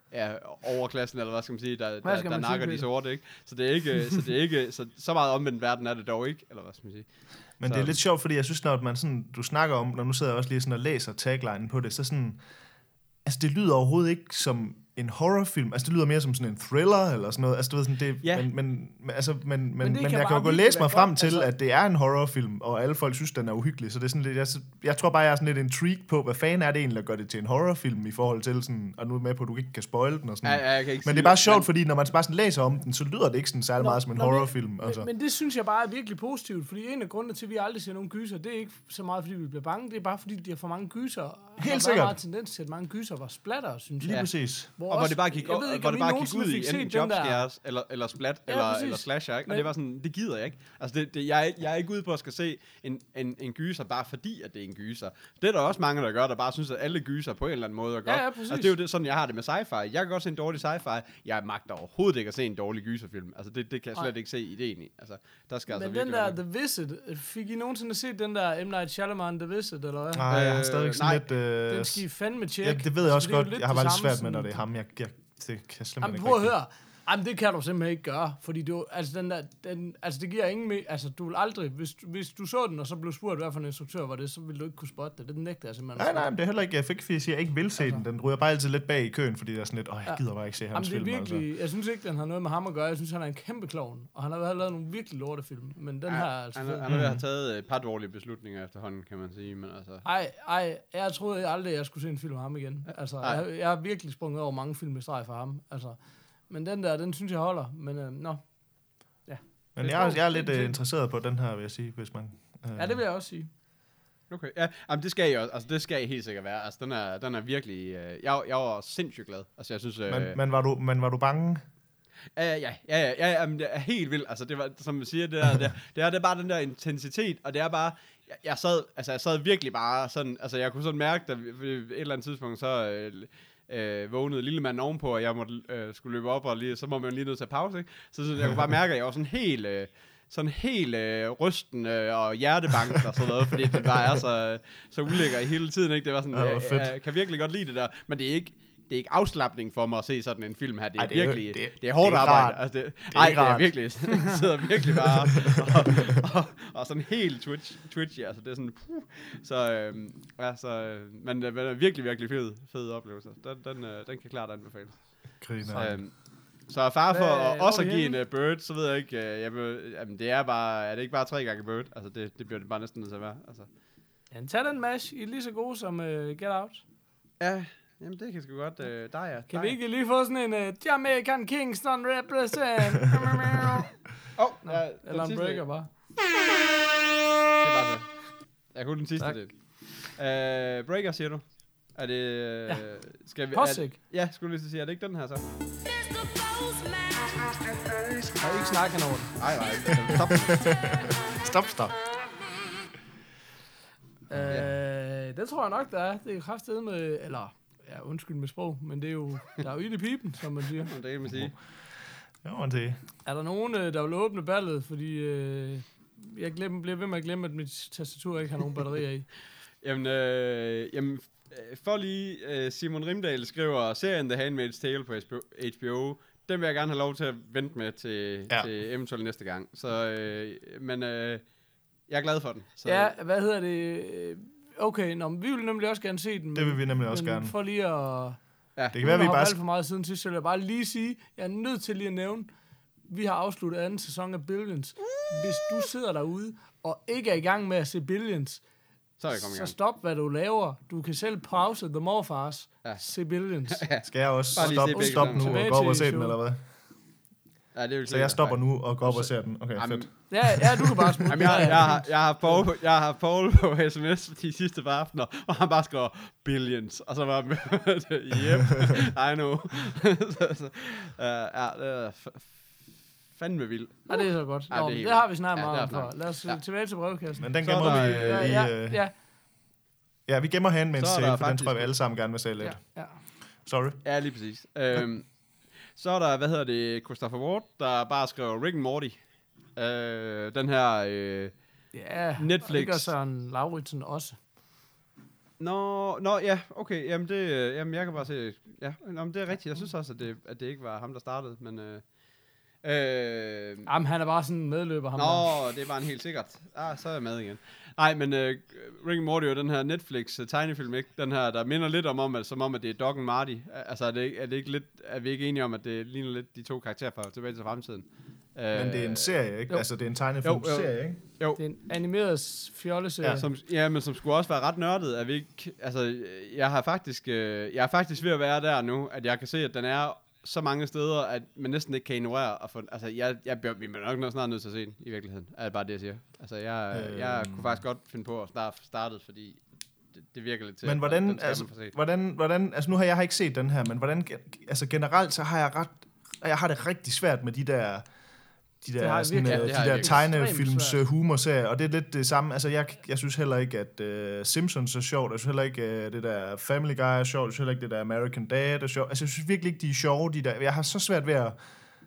ja, overklassen, eller hvad skal man sige, der, Hvad der, skal der man nakker sige, de Peter? sorte, ikke? Så det er ikke, så, det er ikke så, så meget omvendt verden er det dog ikke, eller hvad skal man sige. Men Så- det er lidt sjovt, fordi jeg synes, når man sådan, du snakker om, når nu sidder jeg også lige sådan og læser taglinen på det, så sådan, altså det lyder overhovedet ikke som en horrorfilm. Altså det lyder mere som sådan en thriller eller sådan noget. Altså du ved sådan, det, Ja. men, men, men, altså, men, men, men, det men kan jeg kan bare jo gå og virkelig læse mig være frem godt, til, altså- at det er en horrorfilm, og alle folk synes, den er uhyggelig. Så det er sådan lidt, jeg, jeg tror bare, jeg er sådan lidt intrigued på, hvad fanden er det egentlig, der gør det til en horrorfilm i forhold til sådan, og nu er jeg med på, at du ikke kan spoil den og sådan. Ja, ja, jeg kan ikke Men sige det er bare men- sjovt, fordi når man bare sådan læser om den, så lyder det ikke sådan særlig Nå, meget som en nå, det- horrorfilm. Altså. Men, men det synes jeg bare er virkelig positivt, fordi en af grundene til, at vi aldrig ser nogen gyser, det er ikke så meget, fordi vi bliver bange, det er bare, fordi de har for mange gyser. Helt Der sikkert. var meget tendens til, at mange gyser var splatter, synes Lige jeg. præcis. Og hvor det bare gik, jeg ved ikke, hvor om det I bare gik nogensinde ud fik i set enten den der- jumpscares, eller, eller splat, Ja, eller, præcis. eller slasher, ikke? Og Men- det var sådan, det gider jeg ikke. Altså, det, det, jeg, er ikke- jeg er ikke ude på at skal se en, en, en gyser, bare fordi, at det er en gyser. Det er der også mange, der gør, der bare synes, at alle gyser på en eller anden måde er godt. Ja, ja, præcis. Altså, det er jo det, sådan, jeg har det med sci-fi. Jeg kan godt se en dårlig sci-fi. Jeg magter overhovedet ikke at se en dårlig gyserfilm. Altså, det, det kan jeg slet Nej. ikke se ideen i. Altså, der skal Men altså den virkelig der være- The Visit, fik I nogensinde set den der M. Night Shyamalan The Visit, eller hvad? Nej, jeg har stadigvæk Øh, sådan nej. lidt... Øh, Den skal I fandme tjekke. ja, det ved jeg også det er jo godt. lidt Jeg har det bare lidt samme svært med, når sådan- det er ham. Jeg, jeg, det kan jeg simpelthen Jamen, ikke prøv at rigtig. høre. Jamen, det kan du simpelthen ikke gøre, fordi du, altså, den der, den, altså, det giver ingen me- altså, du vil aldrig, hvis, du- hvis du så den, og så blev spurgt, hvad for en instruktør var det, så ville du ikke kunne spotte det. Det nægter jeg simpelthen. Nej, nej, men det er heller ikke, jeg fik, fordi jeg siger, jeg ikke vil se den. Den ryger bare altid lidt bag i køen, fordi der er sådan lidt, åh, jeg gider bare ikke se Jamen, hans det er film. virkelig, Altså. jeg synes ikke, den har noget med ham at gøre. Jeg synes, han er en kæmpe klovn, og han har været lavet nogle virkelig lortefilm, men den her er altså Han, fed. er- han er ved at have taget et par dårlige beslutninger efterhånden, kan man sige, men altså... Ej, ej, jeg troede aldrig, jeg skulle se en film af ham igen. Altså, Ej. jeg, jeg har virkelig sprunget over mange film i streg for ham. Altså, men den der, den synes jeg holder. Men øh, nå, Men det jeg, er- går jeg er lidt fint uh, til. interesseret på den her, vil jeg sige, hvis man... Uh, ja, det vil jeg også sige. Okay, ja, jamen, det skal jeg også, altså det skal jeg helt sikkert være. Altså den er, den er virkelig, øh, jeg, jeg var sindssygt glad. Altså jeg synes, øh, men, men, var du, men var du bange? ja, ja, ja, ja, ja, ja, jamen, det er helt vildt. Altså det var, som man siger, det der, det, det er, det er bare den der intensitet, og det er bare, jeg, jeg sad, altså jeg sad virkelig bare sådan, altså jeg kunne sådan mærke, at et eller andet tidspunkt, så øh, øh, vågnede lille mand ovenpå, og jeg måtte, øh, skulle løbe op, og lige, så må man lige nødt til at pause, ikke? Så, så jeg kunne bare mærke, at jeg var sådan helt... Øh, sådan helt øh, rysten øh, og hjertebank og sådan noget, fordi det bare er så, så ulækker i hele tiden, ikke? Det var sådan, Ja, hvor jeg, fedt. jeg kan virkelig godt lide det der, men det er ikke, det er ikke afslapning for mig at se sådan en film her. Det er, Ej, det er jo- virkelig, det er- det, det er hårdt det er arbejde. rart. Altså, det, er nej, ikke det er rart. virkelig, jeg sidder virkelig bare og, og, og, sådan helt twitch, twitchy, altså det er sådan, puh. Så, øh, ja, så, øh, men det er virkelig, virkelig fed, fed oplevelse. Den, den, øh, den kan klart anbefales. Griner. Øhm, så er far for Hvad- at hvor også er at vi give en henne? uh, bird, så ved jeg ikke, uh, jeg vil, jamen, det er bare, er det ikke bare tre gange bird? Altså det, det bliver det bare næsten nødt til at være. Altså. Ja, tag den mash. I er lige så gode som uh, Get Out. Ja, jamen det kan sgu godt, uh, der er. Kan vi ikke lige få sådan en uh, Jamaican Kingston represent? Åh, oh, ja, Eller en breaker, bare. Det er bare så. Jeg kunne den sidste Tak. del. Uh, breaker, siger du? Er det... Uh, Ja. Skal vi, er, Påsik. ja, skulle jeg lige sige, er det ikke den her så? Jeg har ikke snakket over det. Nej, nej, stop. Stop, stop. Øh, det tror jeg nok, der er. Det er kraftedet med... Eller, ja, undskyld med sprog, men det er jo... Der er jo ild i pipen, som man siger. Det kan man sige. Jo, men det... Er der nogen, øh, der vil åbne ballet, fordi... Øh, jeg glemmer, bliver ved med at glemme, at mit tastatur ikke har nogen batterier i. Jamen, øh, jamen øh, for lige, øh, Simon Rimdal skriver, serien The Handmaid's Tale på H B O, den vil jeg gerne have lov til at vente med til, Ja. ja. til eventuelt næste gang. Så, øh, men øh, jeg er glad for den. Så, Ja, hvad hedder det? Okay, nå, men vi vil nemlig også gerne se den. Det vil vi nemlig men, også gerne. For lige at... ja. Det kan være, vi har bare... alt for meget siden sidst, så vil jeg bare lige sige, jeg er nødt til lige at nævne, vi har afsluttet anden sæson af Billions. Hvis du sidder derude og ikke er i gang med at se Billions, så er jeg kommet i så gang. stop, hvad du laver. Du kan selv pause The Morfars, Ja. se Billions. Skal jeg også Bare lige se stoppe begge stop sammen. nu og Tilbage gå op og til se den, showet. eller hvad? Ja, det er jo Så jeg stopper nu og går op og ser den. Okay, Jamen, fedt. Ja, ja, du kan bare smutte. Jamen, jeg, jeg, har, jeg, har Paul, jeg har Paul på sms de sidste par aftener, og han bare skriver billions, og så var jeg yep, I know. så, så, uh, ja, det er f- fandme vildt. Ja, det er så godt. Ja, Nå, det er det, helt det har vi snakket Ja, meget det om er før. snart. Lad os Ja. ja. tilbage til brevkassen. Men den Så er gemmer vi der, øh, ja, lige... ja, øh, ja, Ja, vi gemmer Handmaid's Så er der Tale, for den faktisk- tror jeg, vi alle sammen gerne vil se ja, lidt. ja. Sorry. Ja, lige præcis. øhm, så er der, hvad hedder det, Christopher Ward, der bare skriver Rick and Morty. Øh, den her... Øh, Ja, Netflix. og det gør Søren Lauritsen også. Nå, nå, ja, okay, jamen det, øh, jamen jeg kan bare se, ja, jamen det er rigtigt, jeg synes også, at det, at det ikke var ham, der startede, men, øh, øh, Jamen, han er bare sådan en medløber, ham nå, der. det var en helt sikkert, ah, så er jeg med igen. Nej, men øh, Rick and Morty er jo den her Netflix-tegnefilm, ikke? Den her, der minder lidt om, om at, som om, at det er Doc og Marty, altså er det, ikke, er det ikke lidt, er vi ikke enige om, at det ligner lidt de to karakterer fra Tilbage til Fremtiden? Men det er en serie, ikke? Jo. Altså, det er en tegnefilmserie, ikke? Jo. Det er en animeret fjolleserie. Ja, som, ja, men som skulle også være ret nørdet, at vi ikke, altså, jeg har faktisk, øh, jeg er faktisk ved at være der nu, at jeg kan se, at den er så mange steder, at man næsten ikke kan ignorere at få, altså, jeg, jeg, jeg vi er nok snart nødt til at se den, i virkeligheden, er det bare det, jeg siger. Altså, jeg, øh, jeg kunne faktisk godt finde på at starte startet, fordi det, det virker lidt til, Men hvordan, den skal altså, man få set. hvordan, hvordan, altså nu har jeg har ikke set den her, men hvordan, altså generelt, så har jeg ret, jeg har det rigtig svært med de der, de Det har der, jeg sådan, virkelig- øh, det de har jeg der virkelig. tegnefilms Ekstremt øh, humorserier, og det er lidt det samme, altså jeg, jeg synes heller ikke, at uh, Simpsons er sjovt, jeg synes heller ikke, uh, det der Family Guy er sjovt, jeg synes heller ikke, det der American Dad er sjovt, altså jeg synes virkelig ikke, de er sjove, de der, jeg har så svært ved at,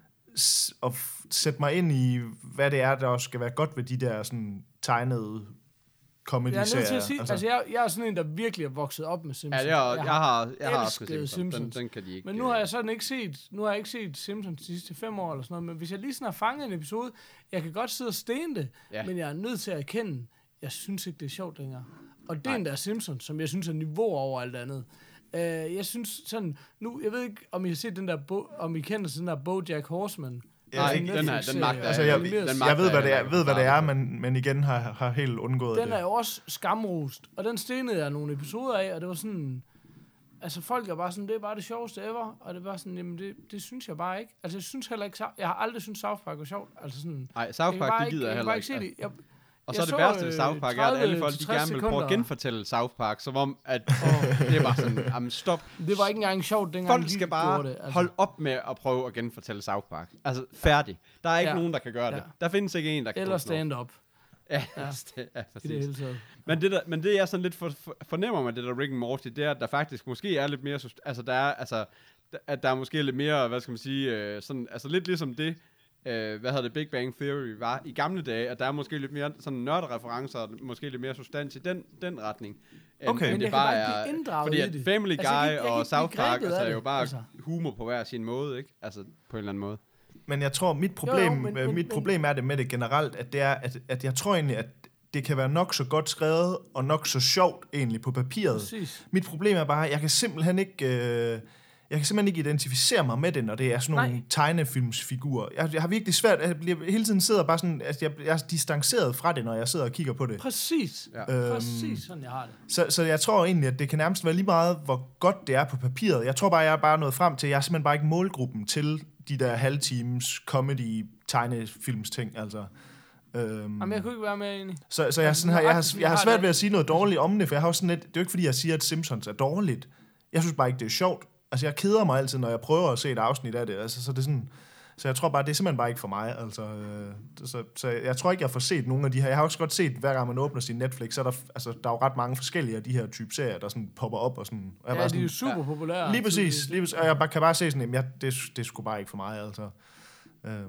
s- at f- sætte mig ind i, hvad det er, der også skal være godt ved de der sådan tegnede comedy-serier. Jeg er nødt til at sige, altså, altså jeg, jeg er sådan en, der virkelig er vokset op med Simpsons. Ja, jeg, jeg, har, jeg har også elsket set Simpsons. Den, Simpsons. den kan de ikke. Men nu har jeg sådan ikke set, nu har jeg ikke set Simpsons de sidste fem år eller sådan noget, men hvis jeg lige sådan har fanget en episode, jeg kan godt sidde og stene det, Ja. men jeg er nødt til at erkende, jeg synes ikke, det er sjovt længere. Og det er Nej. en der Simpsons, som jeg synes er niveau over alt andet. Uh, jeg synes sådan, nu, jeg ved ikke, om I har set den der, bo, om I kender sådan der BoJack Horseman. Nej, Sådan en den, er, Netflix-serie. den magter Altså, jeg, jeg, den magter jeg ved, hvad det er, heller ved, hvad det er ikke. men, men igen har, har helt undgået Den det. er jo også skamrost, og den stenede jeg nogle episoder af, og det var sådan, altså folk er bare sådan, det er bare det sjoveste ever, og det var sådan, jamen det, det synes jeg bare ikke. Altså jeg synes heller ikke, jeg har aldrig syntes South Park var sjovt, altså sådan. Nej, South jeg kan Park, bare det gider ikke, jeg jeg kan heller bare ikke. ikke se det. Jeg, Og så er jeg det værste ved øh, South Park, er, at alle folk, de tredive gerne vil prøve at sekunder. genfortælle South Park, som om, at oh, det er bare sådan, jamen stop. Det var ikke engang sjovt, dengang Folk de skal bare gjorde det. Altså. holde op med at prøve at genfortælle South Park. Altså, færdig. Der er ikke Ja. nogen, der kan gøre det. Ja. Der findes ikke en, der kan Eller gøre sådan stand-up, noget. Ja, Ja. ja. ja, i det præcis. hele taget. Men det, der, men det jeg sådan lidt for, for, fornemmer med det der Rick and Morty, det er, at der faktisk måske er lidt mere, sust- altså der er, altså, der- at der er måske lidt mere, hvad skal man sige, øh, sådan, altså lidt ligesom det, øh, hvad hedder det, Big Bang Theory var i gamle dage, at der er måske lidt mere sådan nørdereferencer, og måske lidt mere substans i den, den retning. End, Okay. end Men det jeg kan bare bare ikke er, blive inddraget fordi i at det. Family Guy Altså, jeg kan ikke- jeg kan og ikke South blive Park grebet altså, af er jo det, bare altså. humor på hver sin måde, ikke? Altså på en eller anden måde. Men jeg tror, mit problem, Jo, jo, men- øh, men- mit men- problem er det med det generelt, at det er, at, at jeg tror egentlig, at det kan være nok så godt skrevet, og nok så sjovt egentlig på papiret. Præcis. Mit problem er bare, at jeg kan simpelthen ikke, øh, jeg kan simpelthen ikke identificere mig med det, når det er sådan nogle Nej. tegnefilmsfigurer. Jeg, jeg har virkelig svært, jeg bliver hele tiden sidder bare sådan, at jeg, jeg er distanceret fra det, når jeg sidder og kigger på det. Præcis. Ja. Øhm, Præcis sådan, jeg har det. Så, så jeg tror egentlig, at det kan nærmest være lige meget, hvor godt det er på papiret. Jeg tror bare, jeg er bare nået frem til, jeg er simpelthen bare ikke målgruppen til de der halvtimes comedy tegnefilms ting, altså. Øhm, Jamen, jeg kunne ikke være mere enig. så, så jeg, altså, sådan, har, jeg, har, nøjagtigt, jeg har jeg har svært det. ved at sige noget dårligt om det, for jeg har også sådan lidt, det er jo ikke fordi, jeg siger, at Simpsons er dårligt. Jeg synes bare ikke, det er sjovt. Altså, jeg keder mig altid, når jeg prøver at se et afsnit af det. Altså, så det er sådan, så jeg tror bare, det er simpelthen bare ikke for mig. Altså, øh, så, så jeg tror ikke, jeg får set nogle af de her. Jeg har også godt set, hver gang man åbner sin Netflix, så er der, altså, der er jo ret mange forskellige af de her type serier, der sådan popper op. Og sådan, og jeg Ja, bare de er jo sådan, super populære. lige præcis, Så det- lige præcis. Og jeg bare, kan bare se sådan, jamen, jeg, det, det er sgu bare ikke for mig, altså. Øhm,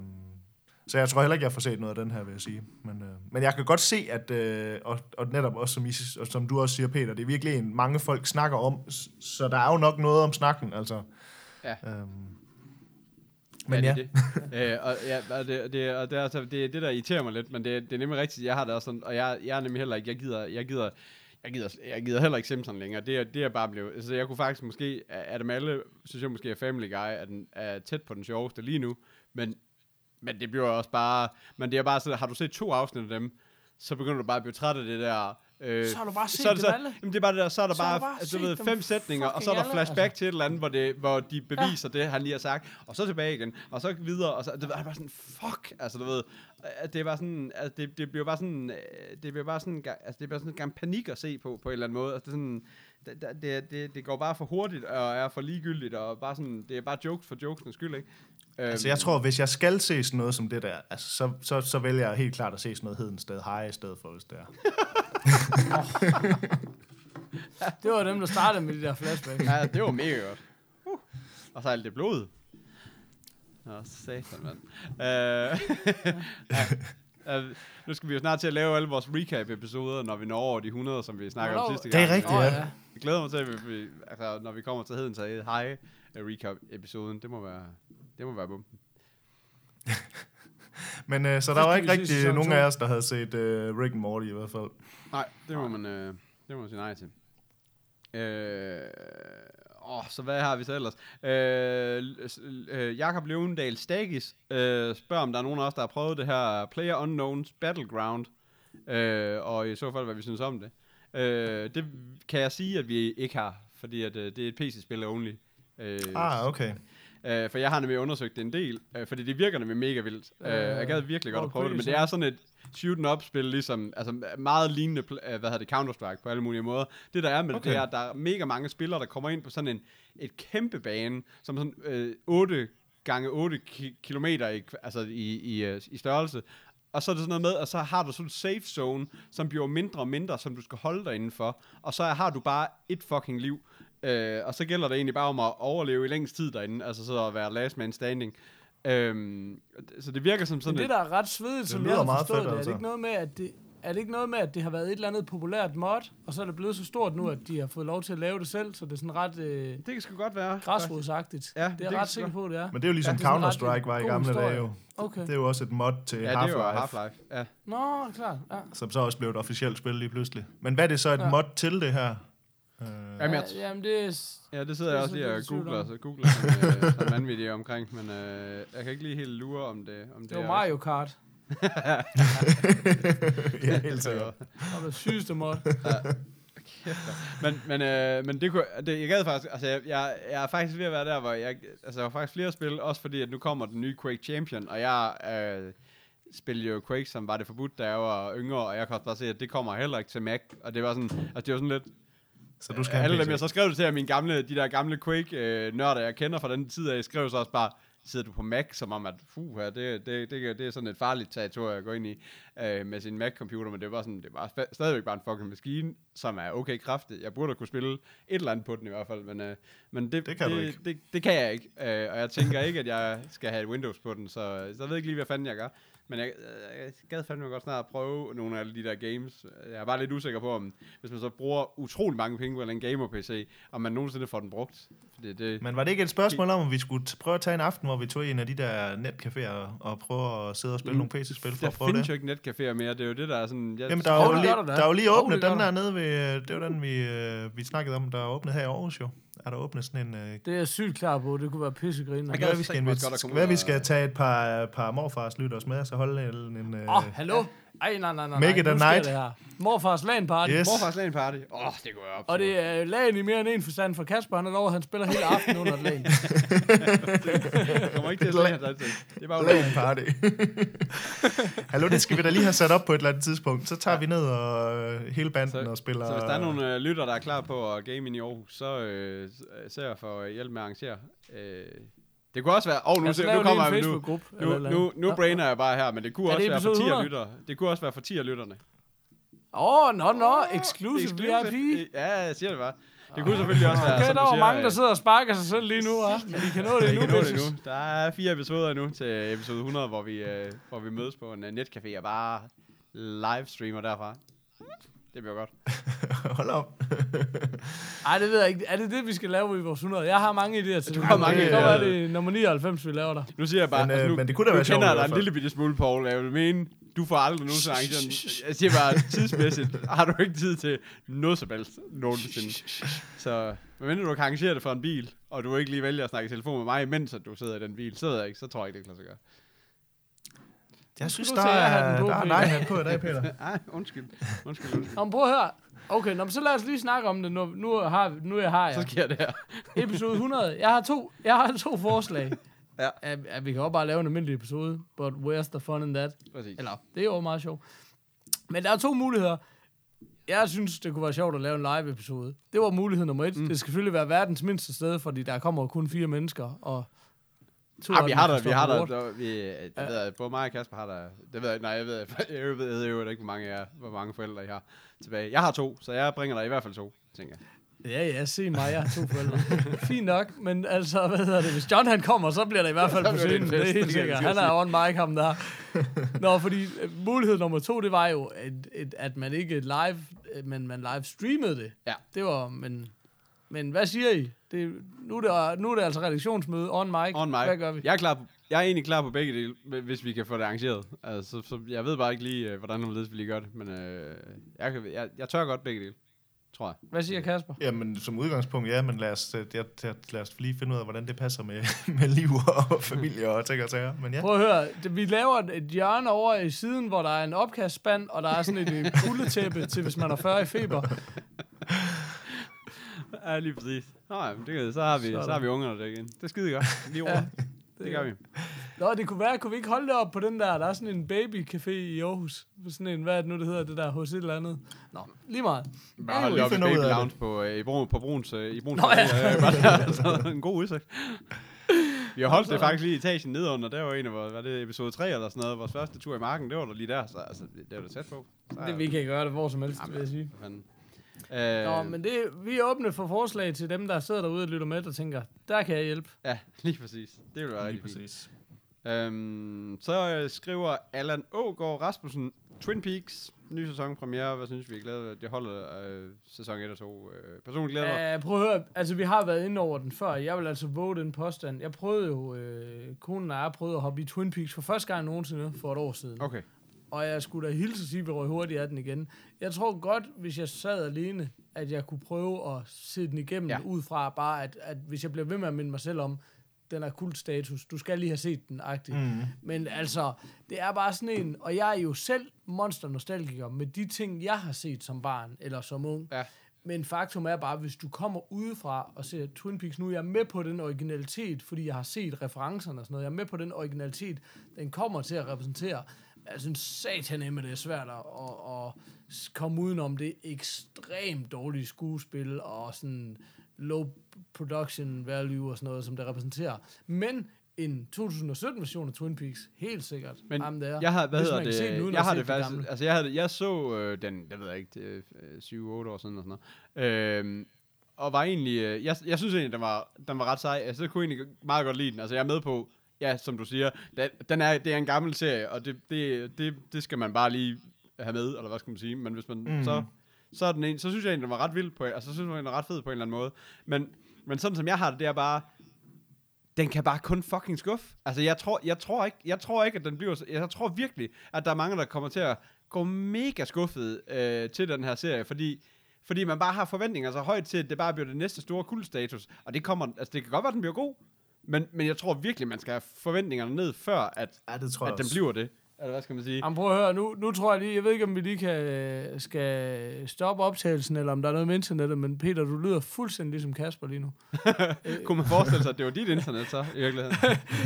så jeg tror heller ikke, jeg får set noget af den her, vil jeg sige. Men, øh, men jeg kan godt se, at, øh, og, og netop også, som, I, og som du også siger, Peter, det er virkelig en, mange folk snakker om, s- så der er jo nok noget om snakken, altså. Ja. Øhm, men ja, ja, det er det. øh, og ja, og det, det, og det, er, altså, det er det, der irriterer mig lidt, men det, det er nemlig rigtigt, jeg har det også sådan, og jeg, jeg er nemlig heller ikke, jeg gider, jeg gider, jeg gider, jeg gider heller ikke Simpson længere, det er, det er bare blevet, altså jeg kunne faktisk måske, af dem alle, synes jeg måske, at Family Guy er, den, er tæt på den sjoveste lige nu, men, men det bliver også bare, men det er bare sådan, har du set to afsnit af dem, så begynder du bare at blive træt af det der. Øh, Så har du bare set så er det dem så, alle. Jamen det er bare det der, så er der Så har bare, du bare altså, du set ved, dem fem sætninger, og så er der fucking alle, flashback altså. til et eller andet, hvor, det, hvor de beviser ja. det, han lige har sagt, og så tilbage igen, og så videre, og så det er bare sådan, fuck, altså du ved, at det er bare sådan, altså det, det bliver bare sådan, øh, det bliver bare sådan, altså det bliver sådan en gang panik at se på, på en eller anden måde, altså det er sådan, det, det, det, det går bare for hurtigt, og er for ligegyldigt, og bare sådan, det er bare jokes for jokesens skyld, ikke? altså jeg tror, hvis jeg skal se sådan noget som det der, altså, så, så, så vælger jeg helt klart at se sådan noget Hedensted High i stedet for, hvis det er. Det var dem, der startede med de der flashbacks. Ja, det var mega godt. Uh. Og så alt det blod. Nå, satan, mand. Uh, ja. Uh, nu skal vi jo snart til at lave alle vores recap-episoder, når vi når over de hundrede, som vi snakker om sidste gang. Det er rigtigt, oh, ja. ja. Jeg glæder mig til, at vi, vi, altså, når vi kommer til heden til hej recap-episoden. Det må være, det må være bumpen. Men øh, så der var ikke rigtig nogen af os, der havde set øh, Rick and Morty i hvert fald. Nej, det må man, øh, det må man sige nej til. Øh, åh, så hvad har vi så ellers? Øh, øh, Jakob Løvendal Stagis øh, spørger, om der er nogen af os, der har prøvet det her Player Unknowns Battleground, øh, og i så fald, hvad vi synes om det. Øh, det kan jeg sige, at vi ikke har, fordi at, øh, det er et P C-spil only. Øh, Ah, okay. Øh, for jeg har nemlig undersøgt det en del, øh, fordi det virker nemlig mega vildt. Øh, jeg gad virkelig godt at prøve det, men det er sådan et shoot-and-up-spil, ligesom, altså meget lignende, øh, hvad hedder det, Counter-Strike på alle mulige måder. Det der er med okay. det, det er, at der er mega mange spillere, der kommer ind på sådan en et kæmpe bane, som sådan øh, otte gange otte kilometer i, altså i, i, i størrelse. Og så er det sådan noget med, at så har du sådan en safe zone, som bliver mindre og mindre, som du skal holde dig indenfor. Og så har du bare et fucking liv. Øh, og så gælder det egentlig bare om at overleve i længst tid derinde, altså så at være last man standing. Øhm, så det virker som sådan. Men det der er ret svedigt, som jeg har forstået fedt, det, er det ikke noget med, at det er det ikke noget med, at det har været et eller andet populært mod, og så er det blevet så stort nu, at de har fået lov til at lave det selv, så det er sådan ret øh, det kan sgu godt være græsrodsagtigt. Ja, det er jeg det ret sikker på, det er. Men det er jo ligesom ja, Counter-Strike var i gamle dage jo. Okay. Det er jo også et mod til ja, Half-Life. Ja, det er jo Half-Life, ja. Nå, klart, ja. Som så også blev et officielt spil lige pludselig. Men hvad er det så et ja. mod til det her? Uh, jamen, jeg ja, jamen det er... Ja, det sidder det jeg også lige og googler, så googler sådan, øh, sådan vanvittigt omkring, men øh, jeg kan ikke lige helt lure om det. Om det, det var Mario Kart. Ja, helt sikkert. Og det sygeste mod. men men, øh, men det kunne, det, jeg gad faktisk, altså jeg, jeg, jeg er faktisk ved at være der, hvor jeg, altså jeg har faktisk flere spil, også fordi at nu kommer den nye Quake Champion, og jeg øh, spillede jo Quake, som var det forbudt, da jeg var yngre, og jeg kan også bare se, at det kommer heller ikke til Mac, og det var sådan, altså det var sådan lidt, så du skal alle dem, jeg så skrev det til, at mine gamle, de der gamle Quake-nørder, øh, jeg kender fra den tid af, jeg skrev så også bare, sidder du på Mac, som om at, fuh, det, det, det, det, det er sådan et farligt territorium at gå ind i øh, med sin Mac-computer, men det var sådan, det var st- stadigvæk bare en fucking maskine, som er okay kraftig. Jeg burde kunne spille et eller andet på den i hvert fald, men, øh, men det, det, kan det, du ikke. Det, det kan jeg ikke, øh, og jeg tænker ikke, at jeg skal have et Windows på den, så, så jeg ved ikke lige, hvad fanden jeg gør. Men jeg, jeg gad fandme godt snart at prøve nogle af de der games. Jeg er bare lidt usikker på, om hvis man så bruger utrolig mange penge på en gamer-P C, om man nogensinde får den brugt. Fordi det, Men var det ikke et spørgsmål om, at vi skulle t- prøve at tage en aften, hvor vi tog en af de der netcaféer og prøve at sidde og spille mm. nogle P C-spil for der at prøve det? Der findes jo ikke netcaféer mere, det er jo det, der er sådan... Jeg Jamen, der er jo, lige, der, der er jo lige åbnet oh, den der nede ved... Det var den, vi, øh, vi snakkede om, der er åbnet her i Aarhus jo. Er der åbnet sådan en... Øh... Det er jeg sygt klar på, det kunne være pissegriner. Det kan vi skal, hvad, vi skal tage et par, par morfars lytters med, og så holde en... en Åh, oh, hallo? Ej, nej, nej, nej. Make it a night. Det her. Morfars LAN party. Yes. Morfars LAN party. Åh, oh, det går jeg op. Og det er LAN i mere end en forstand for Kasper. Han er lov, at han spiller hele aftenen under et LAN. Det kommer ikke til at LAN. Det er bare LAN party. Hallo, det skal vi da lige have sat op på et eller andet tidspunkt. Så tager ja. vi ned og øh, hele banden så, og spiller... Så hvis der er nogle øh, lytter, der er klar på at game ind i Aarhus, så øh, ser jeg for at hjælpe med at arrangere. Øh, det kunne også være... Åh, oh, nu, nu kommer jeg... Nu, nu, nu, nu ja. brainer jeg bare her, men det kunne også være for ti af lyttere. Det kunne også være for ti af lytterne. Åh, oh, nå, nå, exclusive V I P. Ja, jeg siger det bare. Det kunne selvfølgelig også være, okay, som der du er siger... mange, der sidder og sparker sig selv lige nu, hva'? Men de kan nå det endnu. nå det endnu. Der er fire episoder nu til episode hundrede, hvor vi, øh, hvor vi mødes på en uh, netcafé og bare livestreamer derfra. Det bliver godt. Hold op. Ej, det ved jeg ikke. Er det det, vi skal lave i vores hundrede? Jeg har mange idéer til det. Du har mange idéer. Det er det nummer nioghalvfems, vi laver der. Nu siger jeg bare, men, altså, nu, men det kunne da være sjovt. Nu kender dig en lille bitte smule, Paul. Jeg vil mene, du får aldrig nogen sang. Jeg siger bare, tidsmæssigt har du ikke tid til noget som helst nogensinde. Så medmindre du kan arrangere det for en bil, og du ikke lige vælger at snakke i telefon med mig, mens du sidder i den bil, så ved jeg ikke, så tror jeg ikke, det kan lade sig gøre. Jeg synes, der er, der er nej på i dag, Peter. Ej, undskyld. Undskyld, undskyld. Nå, prøv her. Okay, nå, så lad os lige snakke om det, nu, nu, har, nu jeg har jeg. Så sker det her. Episode hundrede. Jeg har to, jeg har to forslag. Ja. At, at vi kan også bare lave en almindelig episode, but where's the fun in that? Præcis. Eller, det er jo meget sjovt. Men der er to muligheder. Jeg synes, det kunne være sjovt at lave en live episode. Det var mulighed nummer et. Mm. Det skal selvfølgelig være verdens mindste sted, fordi der kommer kun fire mennesker, og ah, vi har der, vi har der, der vi, jeg ja. ved, både mig og Kasper har der, det ved jeg, nej, jeg ved, jeg ved, jeg ved jo ikke, hvor mange, jeg, hvor mange forældre I har tilbage. Jeg har to, så jeg bringer der i hvert fald to, tænker jeg. Ja, ja, se mig, jeg har to forældre. Fint nok, men altså, hvad hedder det? Hvis John han kommer, så bliver det i hvert fald på scenen. Det er helt sikkert. Han er on mic, ham der. Nå, fordi uh, mulighed nummer to, det var jo, at, at, at man ikke live, men man live streamede det. Ja. Det var, men, men hvad siger I? Det, nu, er det, nu er det altså redaktionsmøde on mic. On mic. Hvad gør vi? Jeg er, klar på, jeg er egentlig klar på begge dele, hvis vi kan få det arrangeret. Altså, så, så jeg ved bare ikke lige, uh, hvordan vi lige gør det, men uh, jeg, kan, jeg, jeg tør godt begge dele. Tror jeg. Hvad siger Kasper? Jamen, som udgangspunkt, ja, men lad os, jeg, jeg, lad os lige finde ud af, hvordan det passer med, med liv og familie og ting og sager. Men ja. Prøv at høre, det, vi laver et, et hjørne over i siden, hvor der er en opkastspand, og der er sådan et, et kuldetæppe til, hvis man er fyrre i feber. Ja, lige præcis. Nå, ja, det, så har vi, så, så har vi ungerne der igen. Det er skide godt. Lige over. Ja, det, det gør vi. Nå, det kunne være, kunne vi ikke holde det op på den der, der er sådan en babycafé i Aarhus. Sådan en, hvad er det nu, det hedder, det der hos et eller andet. Nå, lige meget. Bare holde det op i Baby Lounge på, uh, i, Brun, på Bruns, uh, i Bruns. Nå, ja. Altså, en god udsigt. Vi har holdt det faktisk lige i etagen nedenunder. Der var en af vores, var det episode tre eller sådan noget, vores første tur i marken, det var der lige der, så altså, det var der tæt på. Så, det, vi kan gøre det hvor som helst, jamen, vil jeg sige. Uh, Nå, men det, vi er åbne for forslag til dem, der sidder derude og lytter med, og tænker, der kan jeg hjælpe. Ja, lige præcis. Det vil være lige rigtig præcis. Um, så uh, skriver Allan Ågaard Rasmussen, Twin Peaks, ny sæson premiere. Hvad synes vi er glade? Det holder uh, sæson et og to. Uh, personligt glæder mig. Uh, prøv at høre, altså vi har været inde over den før. Jeg vil altså våge den påstand. Jeg prøvede jo, øh, konen og jeg prøvede at hoppe i Twin Peaks for første gang nogensinde for et år siden. Okay. Og jeg skulle da hilse at sige, at vi røg hurtigt af den igen. Jeg tror godt, hvis jeg sad alene, at jeg kunne prøve at se den igennem ja. ud fra bare, at, at hvis jeg bliver ved med at minde mig selv om, den er kultstatus, du skal lige have set den, agtigt. Mm. Men altså, det er bare sådan en, og jeg er jo selv monster-nostalgiker med de ting, jeg har set som barn, eller som ung. Ja. Men faktum er bare, hvis du kommer udefra og ser Twin Peaks nu, jeg er med på den originalitet, fordi jeg har set referencerne og sådan noget, jeg er med på den originalitet, den kommer til at repræsentere. Jeg synes satanemme, det er svært at, at, at komme udenom det ekstremt dårlige skuespil og sådan low production value og sådan noget, som det repræsenterer. Men en to tusind og sytten version af Twin Peaks, helt sikkert. Men Jamen, det er. jeg har, hvad Hvis hedder man kan se den, det? uden Jeg at har se det det faktisk, gamle. altså jeg havde, jeg så øh, den, jeg ved ikke, øh, syv otte år siden og sådan noget. Øh, og var egentlig, øh, jeg, jeg synes egentlig, den var, den var ret sej. Altså, jeg kunne egentlig meget godt lide den. Altså, jeg er med på, ja, som du siger, den, den er, det er en gammel serie, og det, det, det, det skal man bare lige have med, eller hvad skal man sige. Men hvis man mm. så, så er den en, så synes jeg egentlig, den var ret vild på, altså, så synes jeg, den var ret fed på en eller anden måde. Men, men sådan som jeg har det, det er bare, den kan bare kun fucking skuffe. Altså, jeg tror, jeg tror ikke, jeg tror ikke, at den bliver, jeg tror virkelig, at der er mange, der kommer til at gå mega skuffet øh, til den her serie, fordi Fordi man bare har forventninger så højt til, at det bare bliver det næste store kultstatus. Og det kommer, altså det kan godt være, at den bliver god, men, men jeg tror virkelig, man skal have forventningerne ned, før at, ja, det tror at den bliver det. Eller hvad skal man sige? Jamen prøv at høre, nu, nu tror jeg lige, jeg ved ikke, om vi lige kan, skal stoppe optagelsen, eller om der er noget med internettet, men Peter, du lyder fuldstændig ligesom Kasper lige nu. Kunne man forestille sig, at det var dit internet så, i virkeligheden?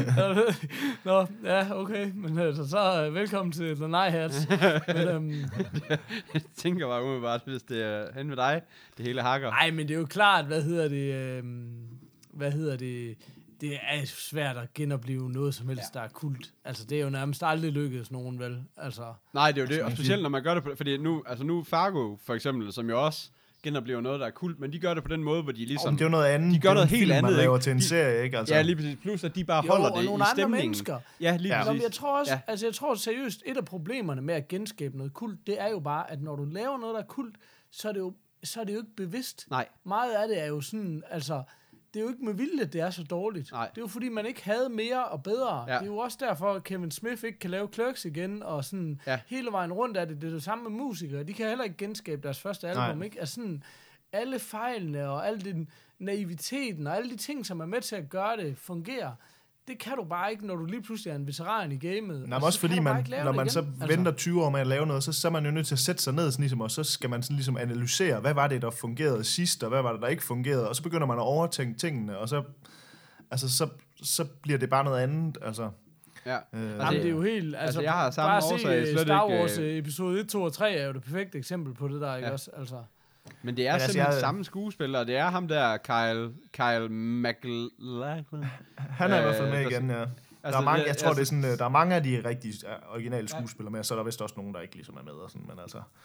Nå, ja, okay, men altså, så uh, velkommen til The Night Hats. Men, um, jeg tænker bare umiddelbart, hvis det er hen med dig, det hele hakker. Nej, men det er jo klart, hvad hedder det, um, hvad hedder det, det er svært at genopleve noget som helst, ja. Der er kult. Altså, det er jo nærmest aldrig lykkedes nogen, vel? Altså, nej, det er jo det, og specielt når man gør det på, fordi nu, altså nu Fargo for eksempel, som jo også genoplever noget, der er kult, men de gør det på den måde, hvor de ligesom... Oh, det er jo noget andet. De gør noget helt film, andet, man laver ikke? til en de, serie, ikke? Altså. Ja, lige præcis. Plus, at de bare jo, holder og det nogle i andre stemningen. mennesker. Ja, lige ja. præcis. Nå, jeg tror også, ja. altså jeg tror seriøst, et af problemerne med at genskabe noget kult, det er jo bare, at når du laver noget, der er kult, så er det jo, så er det jo ikke bevidst. Nej. Meget af det er jo sådan, altså... Det er jo ikke med vilje, det er så dårligt. Nej. Det er jo fordi, man ikke havde mere og bedre. Ja. Det er jo også derfor, at Kevin Smith ikke kan lave Clerks igen, og sådan ja. hele vejen rundt af det. Det er det samme med musikere. De kan heller ikke genskabe deres første album. Nej. Ikke? Altså sådan, alle fejlene og al den naiviteten og alle de ting, som er med til at gøre det fungere, det kan du bare ikke, når du lige pludselig er en veteran i gamet. Nej, men også fordi, man, når man så altså. venter tyve år med at lave noget, så, så er man jo nødt til at sætte sig ned, sådan ligesom, og så skal man sådan ligesom analysere, hvad var det, der fungerede sidst, og hvad var det, der ikke fungerede, og så begynder man at overtænke tingene, og så, altså, så, så bliver det bare noget andet, altså. Ja. Øh, Jamen, det er jo helt, altså, altså jeg har samme bare årsag, se slet Star ikke, Wars episode et, to og tre er jo det perfekte eksempel på det der, ikke ja. Også, altså. Men det er Men simpelthen altså, jeg... samme skuespiller, det er ham der, Kyle, Kyle MacLachlan. Han er i hvert fald med igen, ja. Altså, der er mange, det, jeg tror, altså, det er sådan, der er mange af de rigtige originale skuespillere med, så er der vist også nogen, der ikke ligesom er med, og sådan, men altså...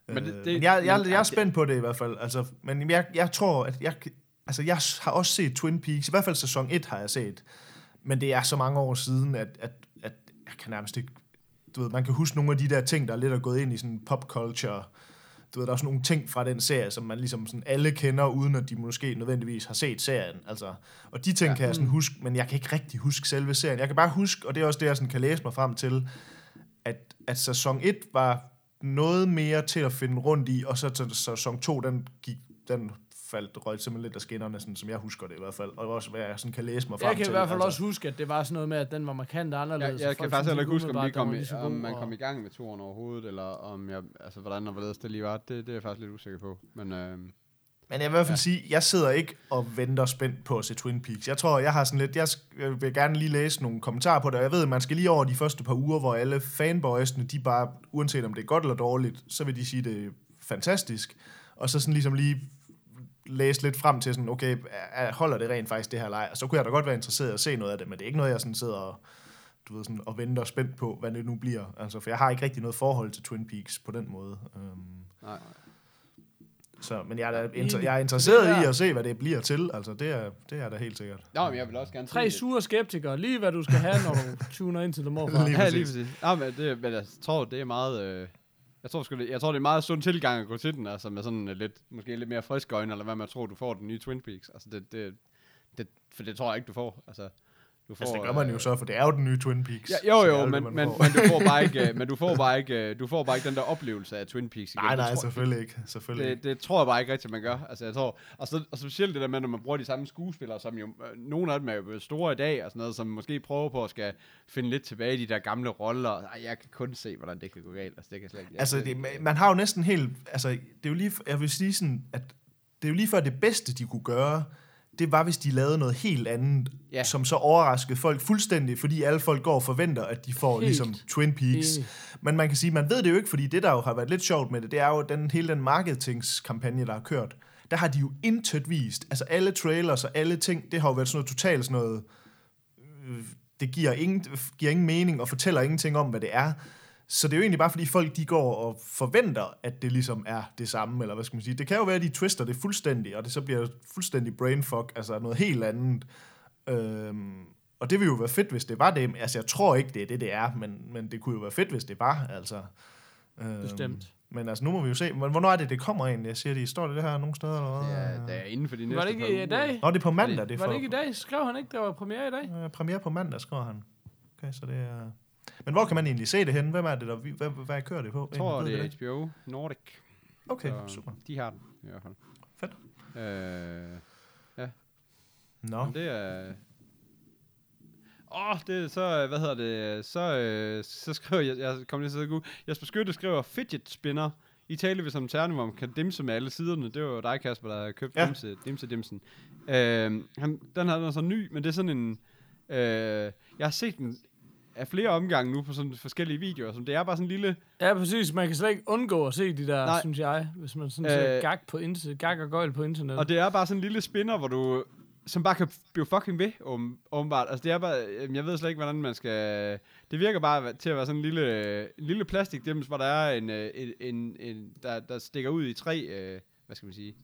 Men, Men det, det- det, men jeg, jeg, men- jeg er spændt på det i hvert fald. Altså, men jeg, jeg tror, at jeg, altså, jeg har også set Twin Peaks. I hvert fald sæson et har jeg set. Men det er så mange år siden, at, at, at jeg kan nærmest ikke... Du ved, man kan huske nogle af de der ting, der er lidt er gået ind i sådan pop culture. Du ved, der er også nogle ting fra den serie, som man ligesom sådan alle kender, uden at de måske nødvendigvis har set serien. Altså, og de ting ja. kan jeg sådan huske, men jeg kan ikke rigtig huske selve serien. Jeg kan bare huske, og det er også det, jeg sådan kan læse mig frem til, at, at sæson et var noget mere til at finde rundt i, og så til sæson to, den gik, den faldt røget simpelthen lidt af skinnerne, sådan, som jeg husker det i hvert fald, og også hvad jeg sådan kan læse mig frem Jeg kan til. i hvert fald altså. også huske, at det var sådan noget med, at den var markant anderledes. Jeg, jeg og kan folk faktisk syntes heller ikke huske, om, umiddelbart, de kom den var i, lige så om god, man og- kom i gang med turen overhovedet, eller om jeg, altså, hvordan og hvorledes det lige var. Det, det er jeg faktisk lidt usikker på. Men, øh, Men jeg vil i hvert fald ja. sige, jeg sidder ikke og venter spændt på at se Twin Peaks. Jeg tror, jeg har sådan lidt, jeg sk- vil gerne lige læse nogle kommentarer på det, og jeg ved, at man skal lige over de første par uger, hvor alle fanboysene, de bare, uanset om det er godt eller dårligt, så vil de sige, det er fantastisk, og så sådan ligesom lige læse lidt frem til sådan, okay, er- holder det rent faktisk det her leg? Og så kunne jeg da godt være interesseret i at se noget af det, men det er ikke noget, jeg sådan sidder og, du ved, sådan, og venter spændt på, hvad det nu bliver. Altså, for jeg har ikke rigtig noget forhold til Twin Peaks på den måde. Um, nej. så, men jeg er, da inter- Enig. jeg er interesseret Det der- i at se, hvad det bliver til. Altså, det er, det er da helt sikkert. Nå, men jeg vil også gerne Tre se det. sure skeptikere. Lige hvad du skal have, når du tuner ind til det morfar. Lige Ja, lige præcis. præcis. Ja, men, det, men jeg tror, det er meget... Øh, jeg, tror, sgu, det, jeg tror, det er meget sund tilgang at gå til den, altså med sådan uh, lidt, måske lidt mere frisk øjne, eller hvad man tror, du får den nye Twin Peaks. Altså, det, det, det, for det tror jeg ikke, du får. Altså, du får, Altså, det gør man jo så, for det er jo den nye Twin Peaks. Ja, jo, Så det er jo, det, men, man men, får. men, du får bare ikke, øh, men du får bare ikke, øh, du får bare ikke den der oplevelse af Twin Peaks igen. Nej, Det nej, tror, selvfølgelig ikke. Selvfølgelig det, ikke. det tror jeg bare ikke rigtigt, man gør. Altså, jeg tror, og, så, og specielt det der med, når man bruger de samme skuespillere, som jo, øh, nogle af dem er jo store i dag, og sådan noget, som måske prøver på at skal finde lidt tilbage i de der gamle roller. Ej, jeg kan kun se, hvordan det kan gå galt. Altså, det kan slet ikke. Altså, det, man har jo næsten helt... Altså, det er jo lige... Jeg vil sige sådan, at det er jo lige før det bedste, de kunne gøre, det var, hvis de lavede noget helt andet, Ja. som så overraskede folk fuldstændig, fordi alle folk går og forventer, at de får Helt ligesom Twin Peaks. enig. Men man kan sige, man ved det jo ikke, fordi det, der jo har været lidt sjovt med det, det er jo den, hele den marketingskampagne, der har kørt. Der har de jo intet vist. Altså alle trailers og alle ting, det har jo været sådan noget totalt sådan noget... Øh, det giver ingen, giver ingen mening og fortæller ingenting om, hvad det er. Så det er jo egentlig bare, fordi folk de går og forventer, at det ligesom er det samme, eller hvad skal man sige. Det kan jo være, at de twister det fuldstændig, og det så bliver fuldstændig brainfuck, altså noget helt andet. Øhm, og det ville jo være fedt, hvis det var det. Altså, jeg tror ikke, det er det, det er, men, men det kunne jo være fedt, hvis det var, altså. Øhm, Bestemt. Men altså, nu må vi jo se. Men hvornår er det, det kommer egentlig? Jeg siger, det står det, det her nogle steder, eller hvad? Ja, det er inden for de næste Var det ikke par i uger. dag? Nå, det er på mandag, det er Var for... det ikke i dag? Skrev han ikke, der var premiere i dag? Øh, premiere på mandag, skriver han. Okay, så det er... Men hvor kan man egentlig se det henne? Hvem er det, der... Hvad, hvad kører det på? Jeg tror, Ved det vi er H B O Nordic. Okay, Så super. De har den, i hvert fald. Fedt. Øh, Nå. men det er... Åh, oh, det er så, hvad hedder det, så, øh, så skriver jeg, jeg kom lige så god. Jesper Skytte skriver fidget spinner. I tale ved som terne, hvor man kan dimse med alle siderne. Det var jo dig, Kasper, der havde købt Ja. dimse, dimse dimsen. Øh, han, den her den er så ny, men det er sådan en... Øh, jeg har set den af flere omgange nu på sådan forskellige videoer, som det er bare sådan en lille... Ja, præcis. Man kan slet ikke undgå at se de der, Nej. synes jeg, hvis man sådan Øh, ser gag, på internet, gag og gøjl på internet. Og det er bare sådan en lille spinner, hvor du... Som bare kan blive fucking ved, om, åbenbart. Altså, det er bare... Jamen, jeg ved slet ikke, hvordan man skal... Det virker bare til at være sådan en lille, en lille plastikdims, hvor der er en... øh, en, en, en der, der stikker ud i tre... Øh, hvad skal man sige?